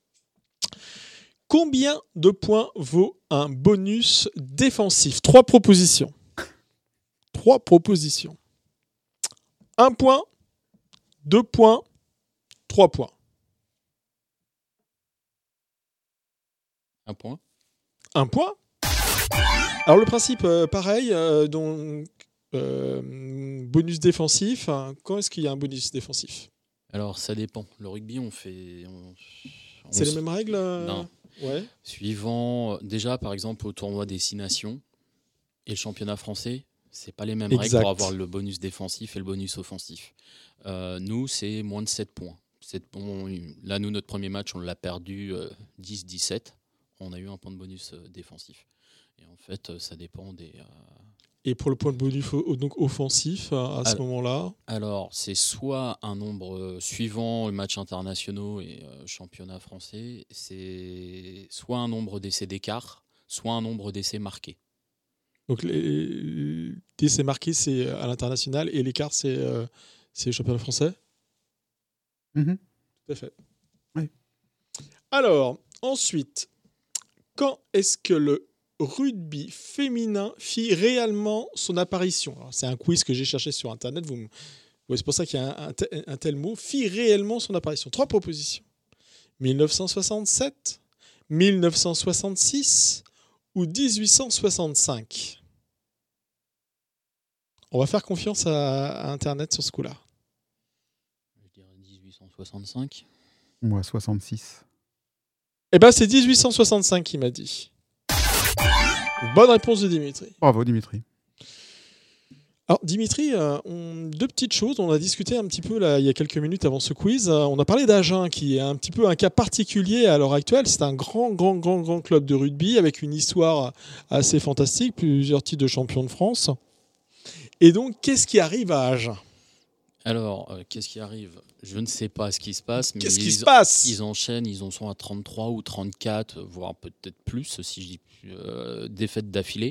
Combien de points vaut un bonus défensif? Trois propositions. Trois propositions. Un point, deux points, trois points. Un point. Un point. Alors le principe, euh, pareil, euh, donc euh, bonus défensif. hein. Quand est-ce qu'il y a un bonus défensif? Alors ça dépend. Le rugby, on fait. on- on C'est les s- mêmes règles euh Non. Ouais. Suivant, euh, déjà par exemple au tournoi des Six Nations et le championnat français, c'est pas les mêmes Exact. règles pour avoir le bonus défensif et le bonus offensif. Euh, nous, c'est moins de sept points. sept points. Là, nous, notre premier match, on l'a perdu euh, dix dix-sept. On a eu un point de bonus euh, défensif. Et en fait, euh, ça dépend des. euh, Et pour le point de bonus o- donc offensif, à, à ce Alors- moment-là, Alors, c'est soit un nombre euh, suivant le match internationaux et euh, championnat français, c'est soit un nombre d'essais d'écart, soit un nombre d'essais marqués. donc les essais marqués, c'est à l'international et l'écart, c'est euh, c'est le championnat français. Mhm. Tout à fait. Oui. Alors, ensuite, quand est-ce que le rugby féminin fit réellement son apparition? Alors, c'est un quiz que j'ai cherché sur Internet. Vous me- ouais, c'est pour ça qu'il y a un, un tel, un tel mot. Fit réellement son apparition. Trois propositions. mille neuf cent soixante-sept, mille neuf cent soixante-six ou dix-huit cent soixante-cinq. On va faire confiance à, à Internet sur ce coup-là. Je dirais dix-huit cent soixante-cinq. Moi, soixante-six. Eh ben, c'est dix-huit cent soixante-cinq qui m'a dit. Bonne réponse de Dimitri. Bravo, Dimitri. Alors Dimitri, euh, on- deux petites choses. On a discuté un petit peu là, il y a quelques minutes avant ce quiz. Euh, on a parlé d'Agen, qui est un petit peu un cas particulier à l'heure actuelle. C'est un grand, grand, grand, grand club de rugby avec une histoire assez fantastique, plusieurs titres de champion de France. Et donc, qu'est-ce qui arrive à Agen? Alors, euh, qu'est-ce qui arrive? Je ne sais pas ce qui se passe. mais Qu'est-ce qui ils- se passe? Ils enchaînent, ils en sont à trente-trois ou trente-quatre, voire peut-être plus, si je dis euh, défaites d'affilée.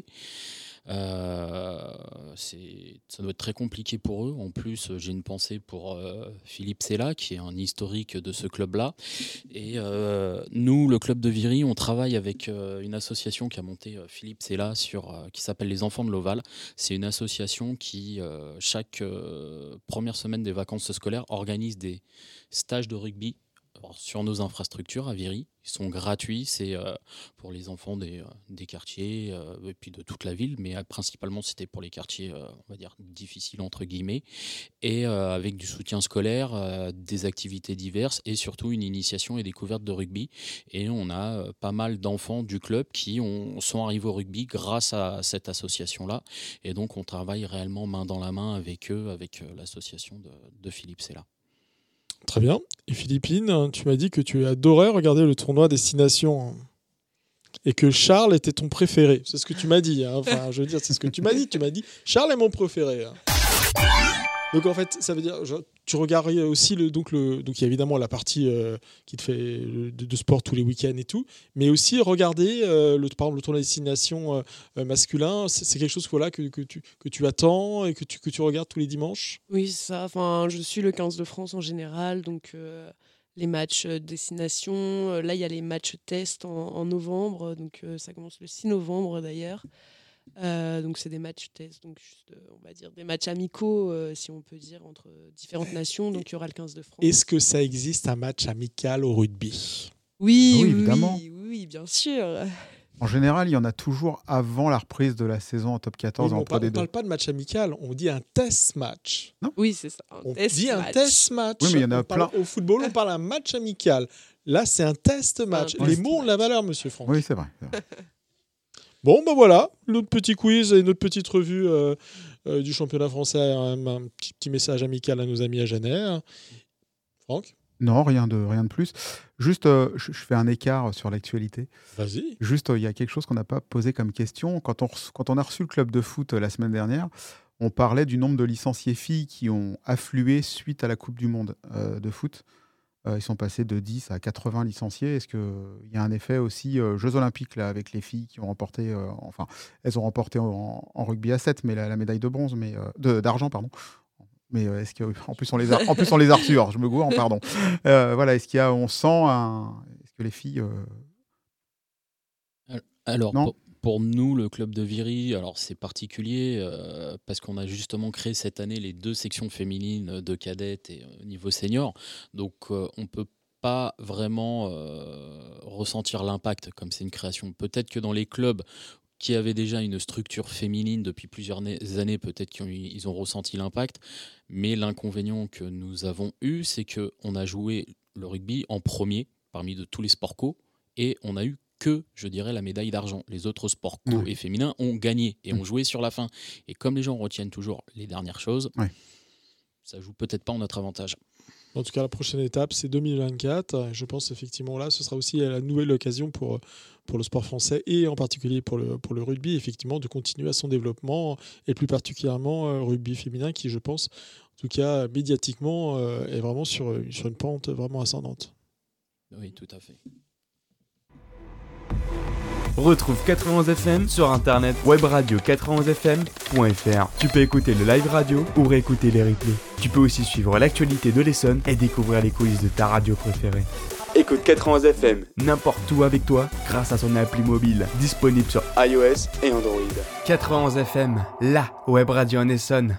Euh, c'est, ça doit être très compliqué pour eux. En plus, j'ai une pensée pour euh, Philippe Sella, qui est un historique de ce club-là. Et euh, nous, le club de Viry, on travaille avec euh, une association qui a monté euh, Philippe Sella, sur, euh, qui s'appelle Les Enfants de l'Oval. C'est une association qui, euh, chaque euh, première semaine des vacances scolaires, organise des stages de rugby alors, sur nos infrastructures à Viry. Ils sont gratuits, c'est euh, pour les enfants des, euh, des quartiers euh, et puis de toute la ville, mais euh, principalement c'était pour les quartiers, euh, on va dire, difficiles entre guillemets, et euh, avec du soutien scolaire, euh, des activités diverses et surtout une initiation et découverte de rugby. Et on a euh, pas mal d'enfants du club qui ont, sont arrivés au rugby grâce à cette association-là. Et donc on travaille réellement main dans la main avec eux, avec euh, l'association de, de Philippe Sella. Très bien. Et Philippine, tu m'as dit que tu adorais regarder le tournoi Destination et que Charles était ton préféré. C'est ce que tu m'as dit. hein. Enfin, je veux dire, c'est ce que tu m'as dit. Tu m'as dit, Charles est mon préféré. hein. Donc en fait, ça veut dire, genre, tu regardes aussi le, donc le, donc il y a évidemment la partie euh, qui te fait de, de sport tous les week-ends et tout, mais aussi regarder euh, le, par exemple le tournoi destination euh, masculin, c'est, c'est quelque chose voilà que, que tu que tu attends et que tu que tu regardes tous les dimanches. Oui, c'est ça. Enfin, je suis le quinze de France en général, donc euh, les matchs euh, destination. Euh, là, il y a les matchs test en, en novembre, donc euh, ça commence le six novembre d'ailleurs. Euh, donc c'est des matchs tests, donc juste, euh, on va dire des matchs amicaux, euh, si on peut dire, entre différentes nations. Donc il y aura le quinze de France. Est-ce que ça existe un match amical au rugby ? Oui, Ah oui, oui, évidemment. oui, oui, bien sûr. En général, il y en a toujours avant la reprise de la saison en top quatorze Oui, en on Pro ne D deux. parle pas de match amical, on dit un test match. Oui, c'est ça. Un On test dit un match. test match. Oui, mais il y en a On parle- plein. Au football, on parle un match amical. Là, c'est un test match. un Les test mots ont de la valeur, monsieur Franck. Oui, c'est vrai. c'est vrai. Bon, ben voilà, notre petit quiz et notre petite revue euh, euh, du championnat français. Un, un petit, petit message amical à nos amis à Janer. Franck, Non, rien de, rien de plus. Juste, euh, je, je fais un écart sur l'actualité. vas-y. Juste, euh, il y a quelque chose qu'on n'a pas posé comme question. Quand on, reço- quand on a reçu le club de foot euh, la semaine dernière, on parlait du nombre de licenciés filles qui ont afflué suite à la Coupe du Monde euh, de foot. Euh, ils sont passés de dix à quatre-vingts licenciés. Est-ce qu'il y a un effet aussi euh, Jeux Olympiques là, avec les filles qui ont remporté, euh, enfin, elles ont remporté en, en rugby à sept, mais la, la médaille de bronze, mais euh, de- d'argent, pardon. Mais euh, est-ce que, en plus on les a, en plus on les a reçus, alors je me gourre, pardon. Euh, voilà, est-ce qu'il y a, on sent un, est-ce que les filles, euh, Alors, Non. pour, pour nous, le club de Viry, alors c'est particulier euh, parce qu'on a justement créé cette année les deux sections féminines de cadettes et euh, niveau senior. Donc, euh, on ne peut pas vraiment euh, ressentir l'impact comme c'est une création. Peut-être que dans les clubs qui avaient déjà une structure féminine depuis plusieurs na- années, peut-être qu'ils ont, ils ont ressenti l'impact. Mais l'inconvénient que nous avons eu, c'est qu'on a joué le rugby en premier parmi de tous les sports co et on a eu que, je dirais, la médaille d'argent. Les autres sports co Ouais. et féminins ont gagné et Mm. ont joué sur la fin. Et comme les gens retiennent toujours les dernières choses, Ouais. ça joue peut-être pas en notre avantage. En tout cas, la prochaine étape, c'est deux mille vingt-quatre. Je pense effectivement là, ce sera aussi la nouvelle occasion pour, pour le sport français et en particulier pour le, pour le rugby, effectivement, de continuer à son développement et plus particulièrement euh, rugby féminin qui, je pense, en tout cas médiatiquement, euh, est vraiment sur, sur une pente vraiment ascendante. Oui, tout à fait. Retrouve quatre-vingt-onze F M sur internet webradio quatre-vingt-onze F M point F R. Tu peux écouter le live radio ou réécouter les replays. Tu peux aussi suivre l'actualité de l'Essonne et découvrir les coulisses de ta radio préférée. Écoute quatre-vingt-onze F M n'importe où avec toi grâce à son appli mobile disponible sur iOS et Android. quatre-vingt-onze F M, la web radio en Essonne.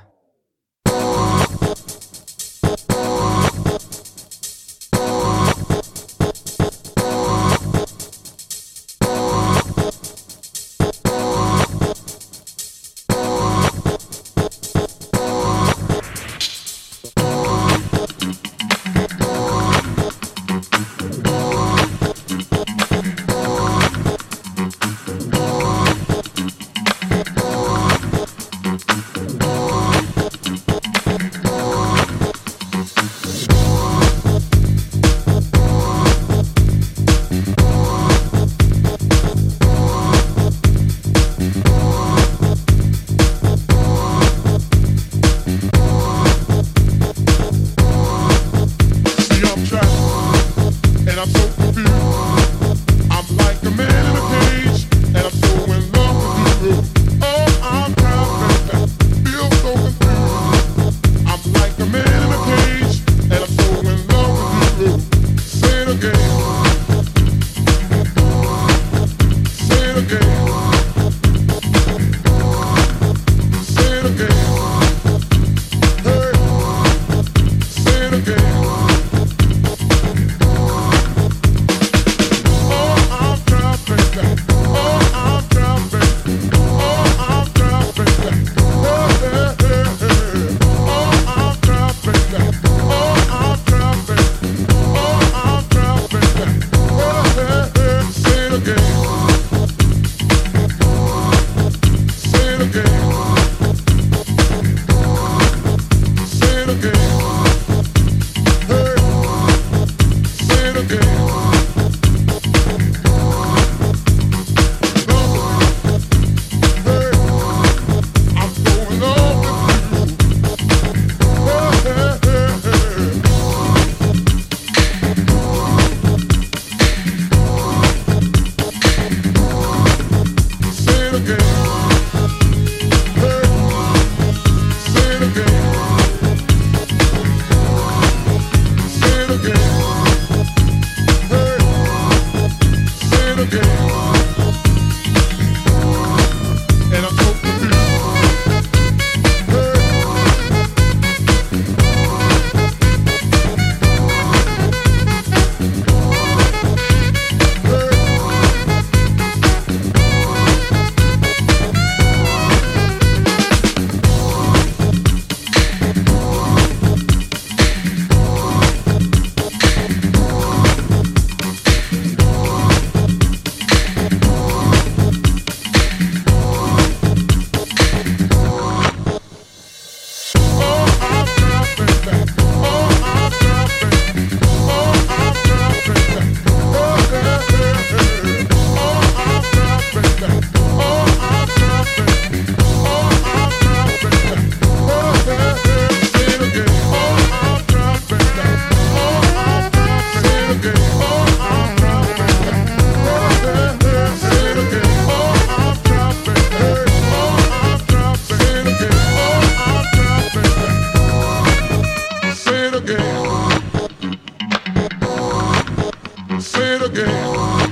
Say it again.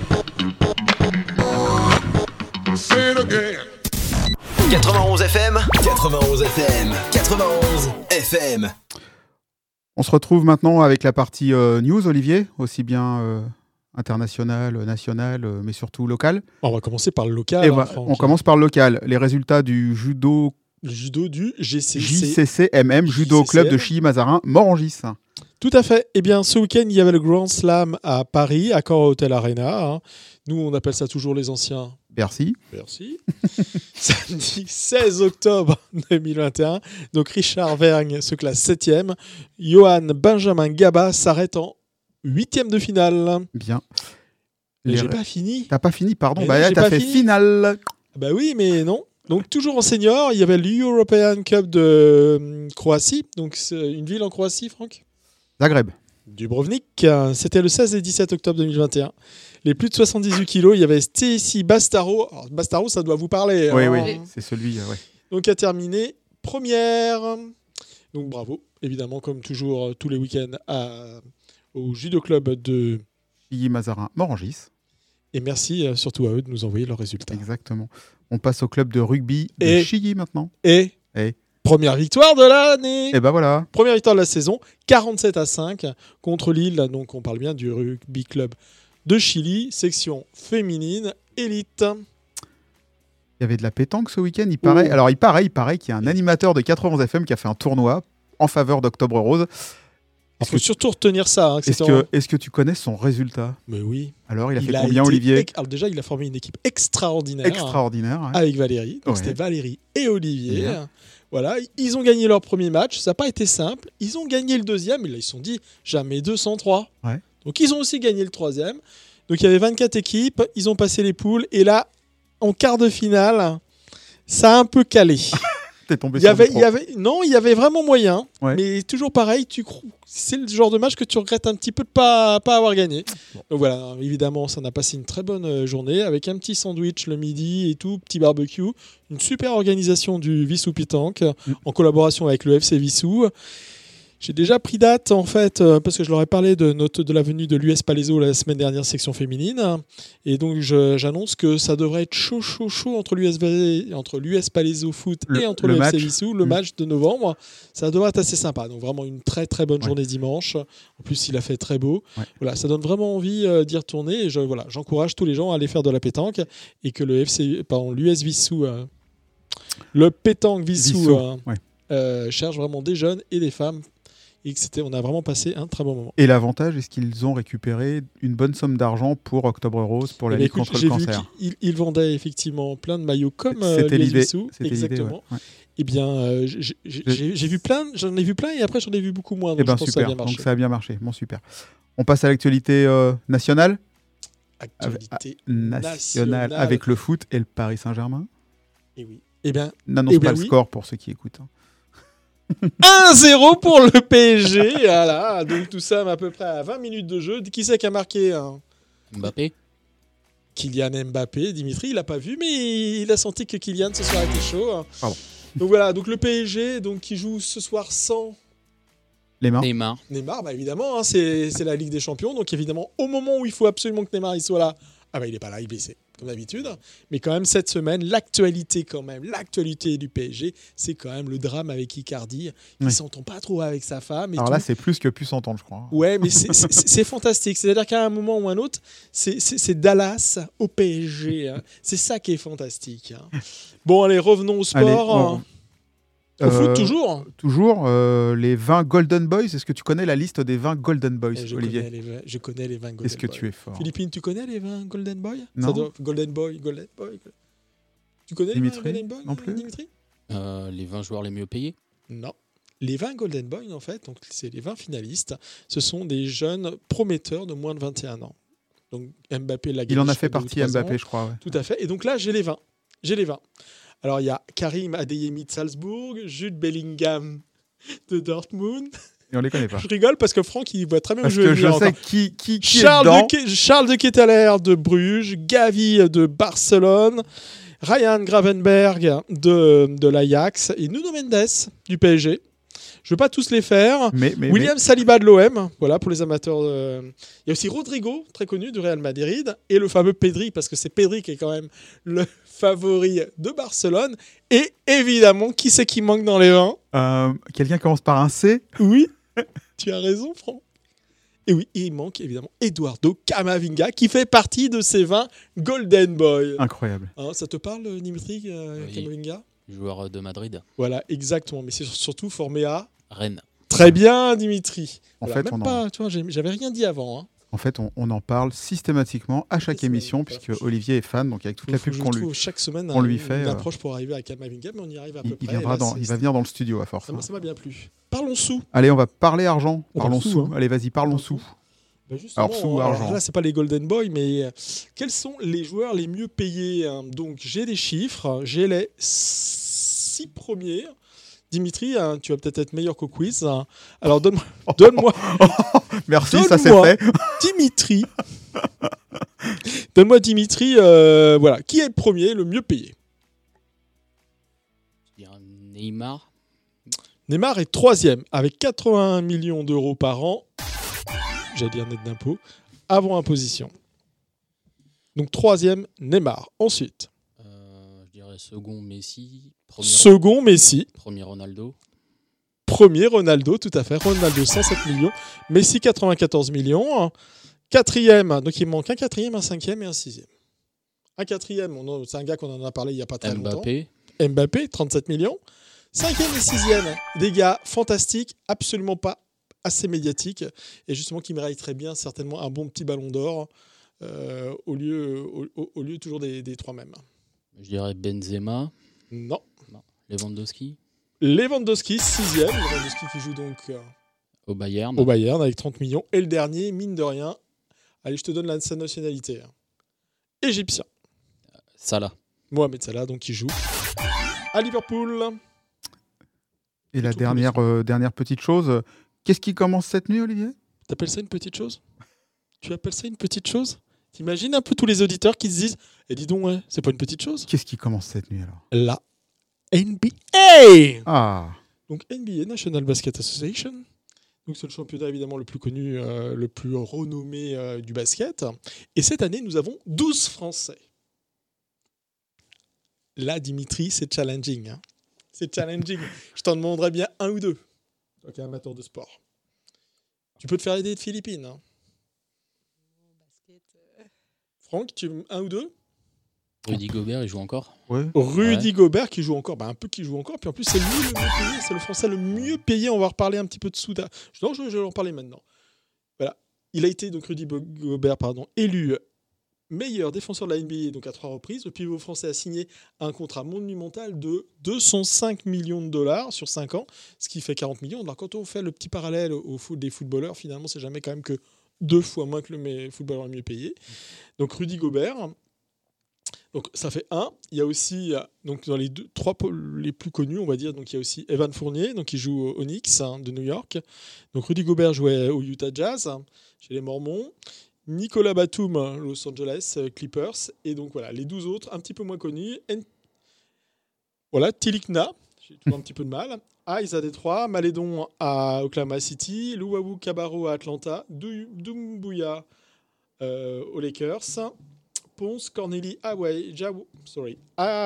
Say it again. quatre-vingt-onze F M, quatre-vingt-onze F M, quatre-vingt-onze F M. On se retrouve maintenant avec la partie euh, news, Olivier, aussi bien euh, internationale, nationale, euh, mais surtout locale. On va commencer par le local. Et hein, va- Franck. on commence par le local. Les résultats du judo Le judo du G C C. J C C M M, judo club de Chilly-Mazarin, Morangis. Tout à fait. Eh bien, ce week-end, il y avait le Grand Slam à Paris, à Accor Hotel Arena. hein. Nous, on appelle ça toujours les anciens. Bercy. Merci. Samedi seize octobre deux mille vingt et un. Donc, Richard Vergne se classe septième. Johan Benjamin Gaba s'arrête en huitième de finale. Bien. Mais Les j'ai ré- pas fini. T'as pas fini, pardon. Mais Bah non, là, j'ai t'as pas fait fini. finale. Bah oui, mais non. Donc, toujours en senior, il y avait l'European Cup de hum, Croatie. Donc, c'est une ville en Croatie, Franck Zagreb. Dubrovnik. euh, C'était le seize et dix-sept octobre deux mille vingt et un. Les plus de soixante-dix-huit kilos, il y avait Stacy Bastaro. Alors, Bastaro, ça doit vous parler. Oui, hein. oui, c'est celui. euh, ouais. Donc, a terminé première. Donc, bravo. Évidemment, comme toujours, euh, tous les week-ends à- au judo club de. Chilly-Mazarin, Morangis. Et merci euh, surtout à eux de nous envoyer leurs résultats. Exactement. On passe au club de rugby de Et- Chilly maintenant. Et. Et. Première victoire de l'année. Et ben voilà. Première victoire de la saison, quarante-sept à cinq contre Lille. Donc, on parle bien du rugby club de Chili, section féminine, élite. Il y avait de la pétanque ce week-end, il paraît. Oh. Alors, il paraît, il paraît qu'il y a un animateur de quatre-vingt-onze F M qui a fait un tournoi en faveur d'Octobre Rose. Il faut surtout retenir ça. hein, que Est-ce c'était en- que, est-ce que tu connais son résultat? Mais oui. Alors, il a fait a combien, été Olivier? ex- Alors déjà, il a formé une équipe extraordinaire. Extraordinaire, hein, ouais. Avec Valérie. Donc Ouais. c'était Valérie et Olivier. Bien. Voilà, ils ont gagné leur premier match. Ça n'a pas été simple. Ils ont gagné le deuxième. Et là, ils se sont dit jamais deux cent trois. Ouais. Donc ils ont aussi gagné le troisième. Donc il y avait vingt-quatre équipes. Ils ont passé les poules. Et là, en quart de finale, ça a un peu calé. T'es tombé Il y sur avait, le il pro. y avait, non, il y avait vraiment moyen. Ouais. Mais toujours pareil, tu cro- c'est le genre de match que tu regrettes un petit peu de pas pas avoir gagné. Donc voilà, évidemment, ça n'a passé une très bonne euh, journée avec un petit sandwich le midi et tout, petit barbecue, une super organisation du Vissou Pétanque Mm. en collaboration avec le F C Vissou. J'ai déjà pris date en fait euh, parce que je leur ai parlé de, notre, de la venue de l'U S Palaiso la semaine dernière section féminine et donc je- j'annonce que ça devrait être chaud chaud chaud entre l'U S, Valais- entre l'U S Palaiso foot Le- et entre le le, F C match. Vissou le Mm. match de novembre. Ça devrait être assez sympa. Donc vraiment une très très bonne Ouais. journée dimanche. En plus il a fait très beau. Ouais. Voilà, ça donne vraiment envie euh, d'y retourner et je, voilà, j'encourage tous les gens à aller faire de la pétanque et que le F C pardon l'U S Vissou euh, le pétanque Vissou Vissou, euh, ouais. euh, cherche vraiment des jeunes et des femmes. Et que c'était, on a vraiment passé un très bon moment. Et l'avantage, est-ce qu'ils ont récupéré une bonne somme d'argent pour Octobre Rose, pour la Eh bien, lutte écoute, contre j'ai le vu cancer? qu'ils ils vendaient effectivement plein de maillots comme euh, C'était l'U S l'idée. Vissou. C'était l'idée, Exactement. ouais. Ouais. Eh bien, euh, j'ai- j'ai j'ai- j'ai vu plein, j'en ai vu plein et après j'en ai vu beaucoup moins. Donc Eh ben je pense que ça a super, bien marché. donc ça a bien marché. Bon, super. On passe à l'actualité euh, nationale. Actualité nationale nationale. avec le foot et le Paris Saint-Germain. Eh oui. Eh bien, N'annonce eh pas bien le oui. score pour ceux qui écoutent. hein. un zéro pour le P S G. Voilà. Donc tout ça à peu près à vingt minutes de jeu. Qui c'est qui a marqué hein Mbappé. Kylian Mbappé, Dimitri, il l'a pas vu, mais il a senti que Kylian ce soir était chaud. hein. Pardon. Donc voilà, donc le P S G, donc qui joue ce soir sans Les mains. Neymar. Neymar, bah évidemment, hein, c'est c'est la Ligue des Champions, donc évidemment, au moment où il faut absolument que Neymar il soit là, ah bah il est pas là, il est blessé, comme d'habitude. Mais quand même cette semaine, l'actualité quand même, l'actualité du P S G, c'est quand même le drame avec Icardi, qui Oui. s'entend pas trop avec sa femme. Et Alors tout. là, c'est plus que pu s'entendre, je crois. hein. Ouais, mais c'est- c'est c'est fantastique. C'est-à-dire qu'à un moment ou un autre, c'est- c'est c'est Dallas au P S G. hein. C'est ça qui est fantastique. hein. Bon, allez, revenons au sport. Allez, hein. Au Euh, foot, toujours Toujours, euh, les vingt Golden Boys. Est-ce que tu connais la liste des vingt Golden Boys, Eh, je Olivier? connais, les, vingt- je connais les vingt Golden Est-ce que Boys. tu es fort? Philippine, tu connais les vingt Golden Boys Non. Ça doit- Golden Boy, Golden Boy. Tu connais Dimitri, les vingt Golden Boys non plus Dimitri Euh, les vingt joueurs les mieux payés. Non. Les vingt Golden Boys, en fait, donc c'est les vingt finalistes. Ce sont des jeunes prometteurs de moins de vingt et un ans. Donc Mbappé l'a gagné. Il en a je fait crois, deux ou partie, trois Mbappé, ans. je crois. ouais. Tout à fait. Et donc là, j'ai les vingt. J'ai les vingt. Alors, il y a Karim Adeyemi de Salzbourg, Jude Bellingham de Dortmund. Et on les connaît pas. Je rigole parce que Franck, il voit très bien où Parce je vais que je venir sais encore. qui, qui, qui est Charles, dedans. de, Ke- Charles de Ketelaere de Bruges, Gavi de Barcelone, Ryan Gravenberg de, de l'Ajax et Nuno Mendes du P S G. Je ne vais pas tous les faire. Mais, mais, William mais... Saliba de l'O M, voilà pour les amateurs. De... Il y a aussi Rodrigo, très connu du Real Madrid, et le fameux Pedri, parce que c'est Pedri qui est quand même le favori de Barcelone. Et évidemment, qui c'est qui manque dans les vingt? euh, Quelqu'un commence par un C? Oui, tu as raison, Franck. Et oui, il manque évidemment Eduardo Camavinga, qui fait partie de ces vingt Golden Boy. Incroyable. Hein, ça te parle, Dimitri euh, Oui. Camavinga? Joueur de Madrid. Voilà, exactement. Mais c'est surtout formé à Rennes. Très bien, Dimitri. En Voilà, fait, même on en- pas, tu vois, j'ai- j'avais rien dit avant. Hein. En fait, on, on en parle systématiquement à chaque C'est émission, vrai. puisque Olivier est fan, donc avec toute la Faut que pub je qu'on lui, trouve chaque semaine on un- lui une, fait, une euh, approche pour arriver à Camavinga, mais on y arrive à peu il, il près. viendra Là, dans, c'est- il va venir dans le studio à force. Ça hein. m'a- ça m'a bien plu. Parlons sous. Allez, on va parler argent. On Parlons parle sous, sous. hein. Allez, vas-y, parlons sous. Ben justement, Alors, sous, alors, argent. là, c'est pas les Golden Boy, mais euh, quels sont les joueurs les mieux payés hein? Donc, j'ai des chiffres. J'ai les six premiers. Dimitri, hein, tu vas peut-être être meilleur qu'au quiz. hein. Alors, donne-moi. donne-moi Merci, ça c'est donne-moi fait. Dimitri. Donne-moi Dimitri. euh, voilà. Qui est le premier, le mieux payé? Je dirais Neymar. Neymar est troisième avec quatre-vingts millions d'euros par an. J'allais dire net d'impôt. Avant imposition. Donc troisième, Neymar. Ensuite, Euh, je dirais second Messi. Premier, second, Messi. premier Ronaldo. Premier, Ronaldo, tout à fait. Ronaldo, cent sept millions. Messi, quatre-vingt-quatorze millions. Quatrième, donc il manque un quatrième, un cinquième et un sixième. Un quatrième, on en- c'est un gars qu'on en a parlé il n'y a pas très Mbappé. longtemps. Mbappé, trente-sept millions. Cinquième et sixième, des gars fantastiques, absolument pas assez médiatiques, et justement qui mériteraient bien certainement un bon petit ballon d'or, euh, au, lieu, au, au- au lieu toujours des, des trois mêmes. Je dirais Benzema. Non. Lewandowski. Lewandowski, sixième. Lewandowski qui joue donc euh, Au Bayern. au Bayern avec trente millions. Et le dernier, mine de rien, allez, je te donne la, sa nationalité. hein. Égyptien. Salah. Mohamed Salah, donc qui joue à Liverpool. Et la Tout dernière, euh, dernière petite chose, euh, qu'est-ce qui commence cette nuit, Olivier? T'appelles ça une petite chose? Tu appelles ça une petite chose? T'imagines un peu tous les auditeurs qui se disent « Eh dis donc, ouais, c'est pas une petite chose ?» Qu'est-ce qui commence cette nuit alors? La N B A. Ah, Donc N B A, National Basket Association. Donc c'est le championnat évidemment le plus connu, euh, le plus renommé euh, du basket. Et cette année, nous avons douze Français. Là, Dimitri, c'est challenging. hein. C'est challenging. Je t'en demanderai bien un ou deux. Toi qui es amateur de sport. Tu peux te faire aider de Philippines. hein. Franck, tu un ou deux? Rudy Gobert, il joue encore. ouais. Rudy Ouais. Gobert qui joue encore, bah, un peu qui joue encore, puis en plus c'est lui le mieux payé, c'est le Français le mieux payé, on va reparler un petit peu de Souda. Non, je, je vais en parler maintenant. Voilà, il a été donc Rudy Bo- Gobert pardon, élu meilleur défenseur de la N B A donc à trois reprises. Le pivot français a signé un contrat monumental de deux cent cinq millions de dollars sur cinq ans, ce qui fait quarante millions. Alors quand on fait le petit parallèle au foot des footballeurs, finalement c'est jamais quand même que deux fois moins que le me- footballeur le mieux payé. Donc Rudy Gobert. Donc ça fait un. Il y a aussi euh, donc dans les deux, trois po- les plus connus, on va dire. Donc il y a aussi Evan Fournier, donc qui joue au Knicks hein, de New York. Donc Rudy Gobert jouait au Utah Jazz hein, chez les Mormons. Nicolas Batum, Los Angeles euh, Clippers. Et donc voilà, les douze autres un petit peu moins connus. En- Voilà, Tilikna, j'ai toujours un petit peu de mal. Ice à Détroit, Malédon à Oklahoma City, Luwawu Cabarro à Atlanta, Dou- Doumbouya euh, aux Lakers. Ponce, Corneli, Hawaii, Jaw, sorry,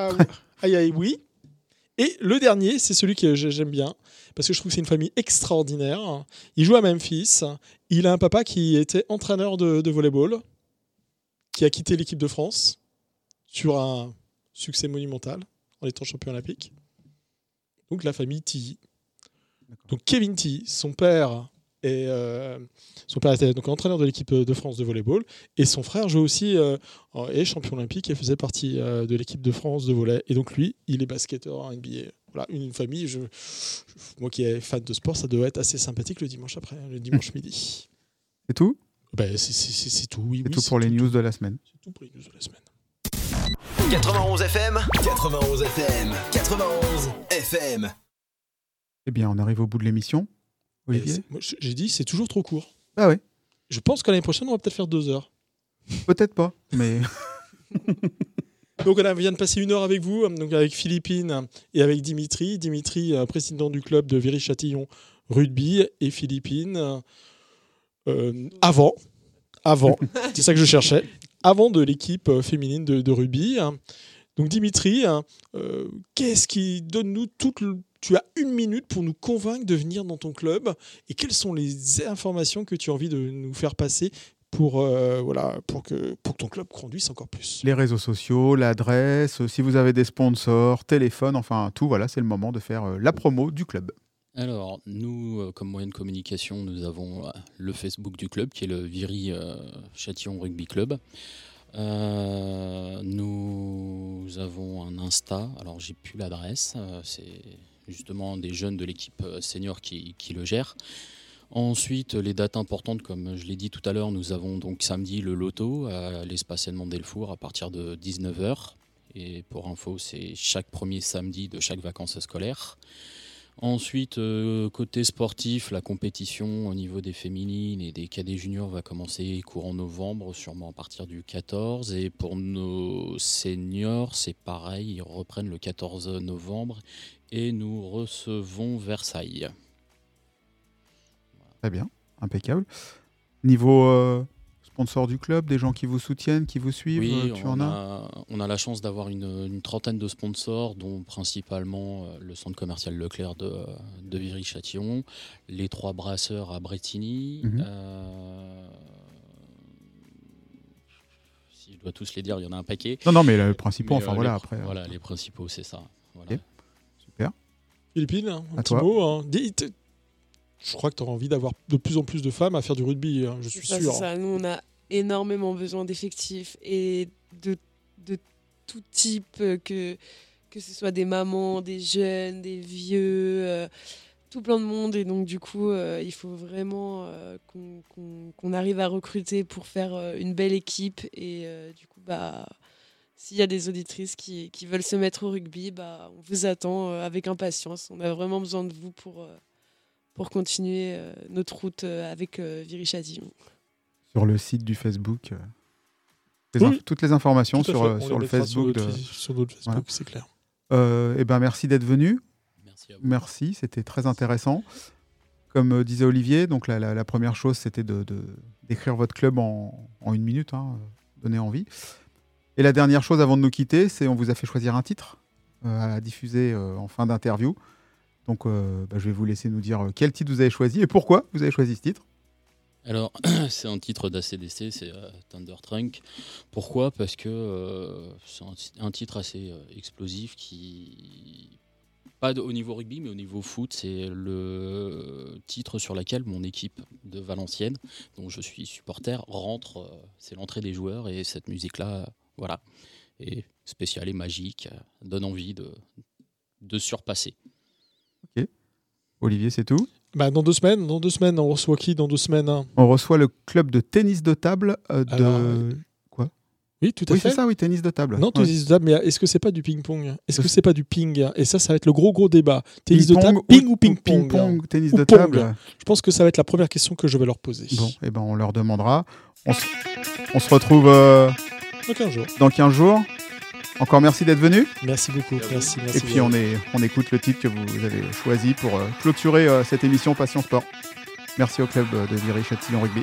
Ayahui. Et le dernier, c'est celui que j'aime bien, parce que je trouve que c'est une famille extraordinaire. Il joue à Memphis. Il a un papa qui était entraîneur de, de volleyball, qui a quitté l'équipe de France sur un succès monumental en étant champion olympique. Donc la famille Tilly. Donc Kevin Tilly, son père Et euh, son père était donc entraîneur de l'équipe de France de volleyball. Et son frère joue aussi, euh, est champion olympique et faisait partie euh, de l'équipe de France de volley. Et donc lui, il est basketteur en N B A. Voilà, une famille, je, je- moi qui est fan de sport, ça doit être assez sympathique le dimanche après, le dimanche midi. C'est tout Ben, c'est, c'est, c'est, c'est tout, oui. C'est oui, tout c'est pour les tout, news tout. de la semaine. C'est tout pour les news de la semaine. quatre-vingt-onze F M, quatre-vingt-onze F M, quatre-vingt-onze F M. Eh bien, on arrive au bout de l'émission. Et Olivier c'est- moi, j'ai dit, c'est toujours trop court. Ah ouais. Je pense qu'à l'année prochaine, on va peut-être faire deux heures. Peut-être pas, mais Donc on vient de passer une heure avec vous, donc avec Philippine et avec Dimitri. Dimitri, président du club de Viry-Châtillon Rugby, et Philippine, euh, avant, avant, c'est ça que je cherchais, avant de l'équipe féminine de, de rugby. Donc Dimitri, euh, qu'est-ce qui donne-nous toute le... Tu as une minute pour nous convaincre de venir dans ton club, et quelles sont les informations que tu as envie de nous faire passer pour, euh, voilà, pour, que, pour que ton club grandisse encore plus. Les réseaux sociaux, l'adresse, si vous avez des sponsors, téléphone, enfin tout, voilà, c'est le moment de faire euh, la promo du club. Alors, nous, euh, comme moyen de communication, nous avons euh, le Facebook du club, qui est le Viry euh, Châtillon Rugby Club. Euh, nous avons un Insta, alors j'ai plus l'adresse, euh, c'est justement des jeunes de l'équipe senior qui, qui le gèrent. Ensuite, les dates importantes, comme je l'ai dit tout à l'heure, nous avons donc samedi le loto à l'espace Edmond Delfour à partir de dix-neuf heures. Et pour info, c'est chaque premier samedi de chaque vacances scolaires. Ensuite, euh, côté sportif, la compétition au niveau des féminines et des cadets juniors va commencer courant novembre, sûrement à partir du quatorze. Et pour nos seniors, c'est pareil, ils reprennent le quatorze novembre et nous recevons Versailles. Très bien, impeccable. Niveau euh, sponsor du club, des gens qui vous soutiennent, qui vous suivent, oui, euh, tu on en a, as on a la chance d'avoir une, une trentaine de sponsors, dont principalement euh, le centre commercial Leclerc de, de Viry-Châtillon, les trois brasseurs à Bretigny. Mhm. Euh, si je dois tous les dire, il y en a un paquet. Non, non, mais les principaux, Mais, enfin euh, voilà, les, après. euh, Voilà, les principaux, c'est ça. Voilà. Ok. Super. Philippine, un À petit toi. mot. Hein. Dis- t- Je crois que tu auras envie d'avoir de plus en plus de femmes à faire du rugby, hein, je suis Ça, sûr. c'est ça. Nous, on a énormément besoin d'effectifs et de, de tout type, euh, que, que ce soit des mamans, des jeunes, des vieux, euh, tout plein de monde. Et donc, du coup, euh, il faut vraiment euh, qu'on, qu'on, qu'on arrive à recruter pour faire euh, une belle équipe. Et euh, du coup, bah, s'il y a des auditrices qui, qui veulent se mettre au rugby, bah, on vous attend euh, avec impatience. On a vraiment besoin de vous pour... Euh, pour continuer euh, notre route euh, avec euh, Viry-Châtillon. Sur le site du Facebook, euh, les inf- Oui. toutes les informations Tout à sur, fait. euh, On sur les le mettra Facebook. Sur de... notre, sur notre Facebook, Voilà. c'est clair. Euh, eh ben, merci d'être venu. Merci à vous. Merci, c'était très intéressant. Comme euh, disait Olivier, donc la, la- la première chose, c'était de, de- d'écrire votre club en, en une minute, hein, euh, donner envie. Et la dernière chose avant de nous quitter, c'est on vous a fait choisir un titre euh, à diffuser euh, en fin d'interview. Donc euh, bah, je vais vous laisser nous dire euh, quel titre vous avez choisi et pourquoi vous avez choisi ce titre. Alors, c'est un titre d'A C D C, c'est euh, Thunder Trunk. Pourquoi ? Parce que euh, c'est un, un titre assez euh, explosif qui, pas de, au niveau rugby, mais au niveau foot, c'est le titre sur lequel mon équipe de Valenciennes, dont je suis supporter, rentre. Euh, c'est l'entrée des joueurs et cette musique-là, euh, voilà, est spéciale et magique, euh, donne envie de, de surpasser. Ok. Olivier, c'est tout. Bah, dans deux semaines, dans deux semaines, on reçoit qui dans deux semaines hein On reçoit le club de tennis de table euh, de... Alors, euh, Quoi Oui, tout à Oui, fait. c'est ça, oui, tennis de table. Non, Ouais. tennis de table, mais est-ce que c'est pas du ping-pong ? Est-ce que c'est pas du ping ? Et ça, ça va être le gros, gros débat. Tennis de Ping-pong table, ping ou ping-pong Ping-pong, tennis Ou de pong. table. Je pense que ça va être la première question que je vais leur poser. Bon, eh ben, on leur demandera. On se, on se retrouve euh, Dans quinze jours. dans quinze jours. Encore merci d'être venu. Merci beaucoup. Merci, merci. Et puis on, est, on écoute le titre que vous avez choisi pour euh, clôturer euh, cette émission Passion Sport. Merci au club euh, de Viry-Châtillon Rugby.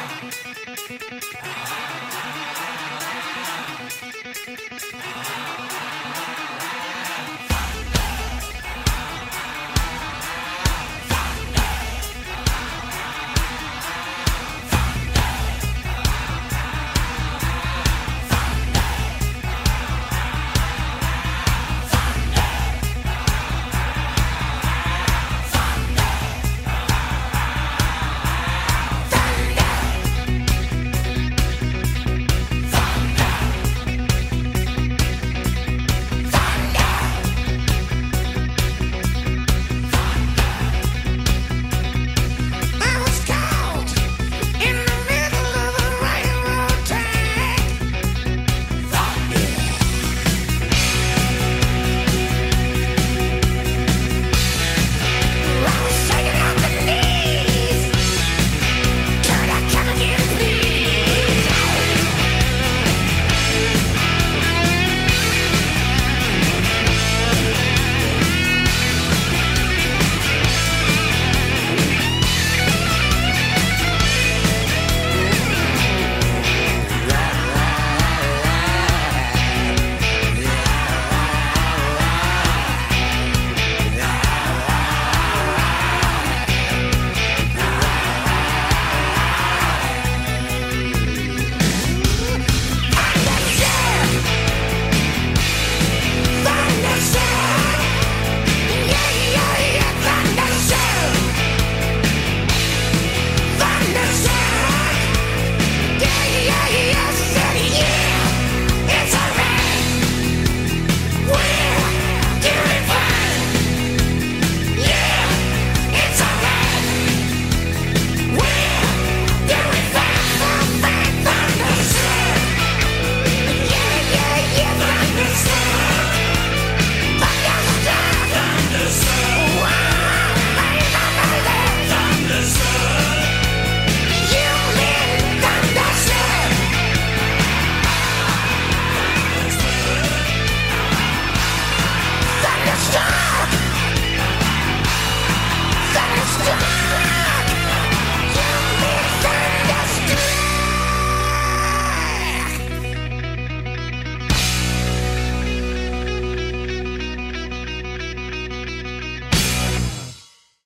Ah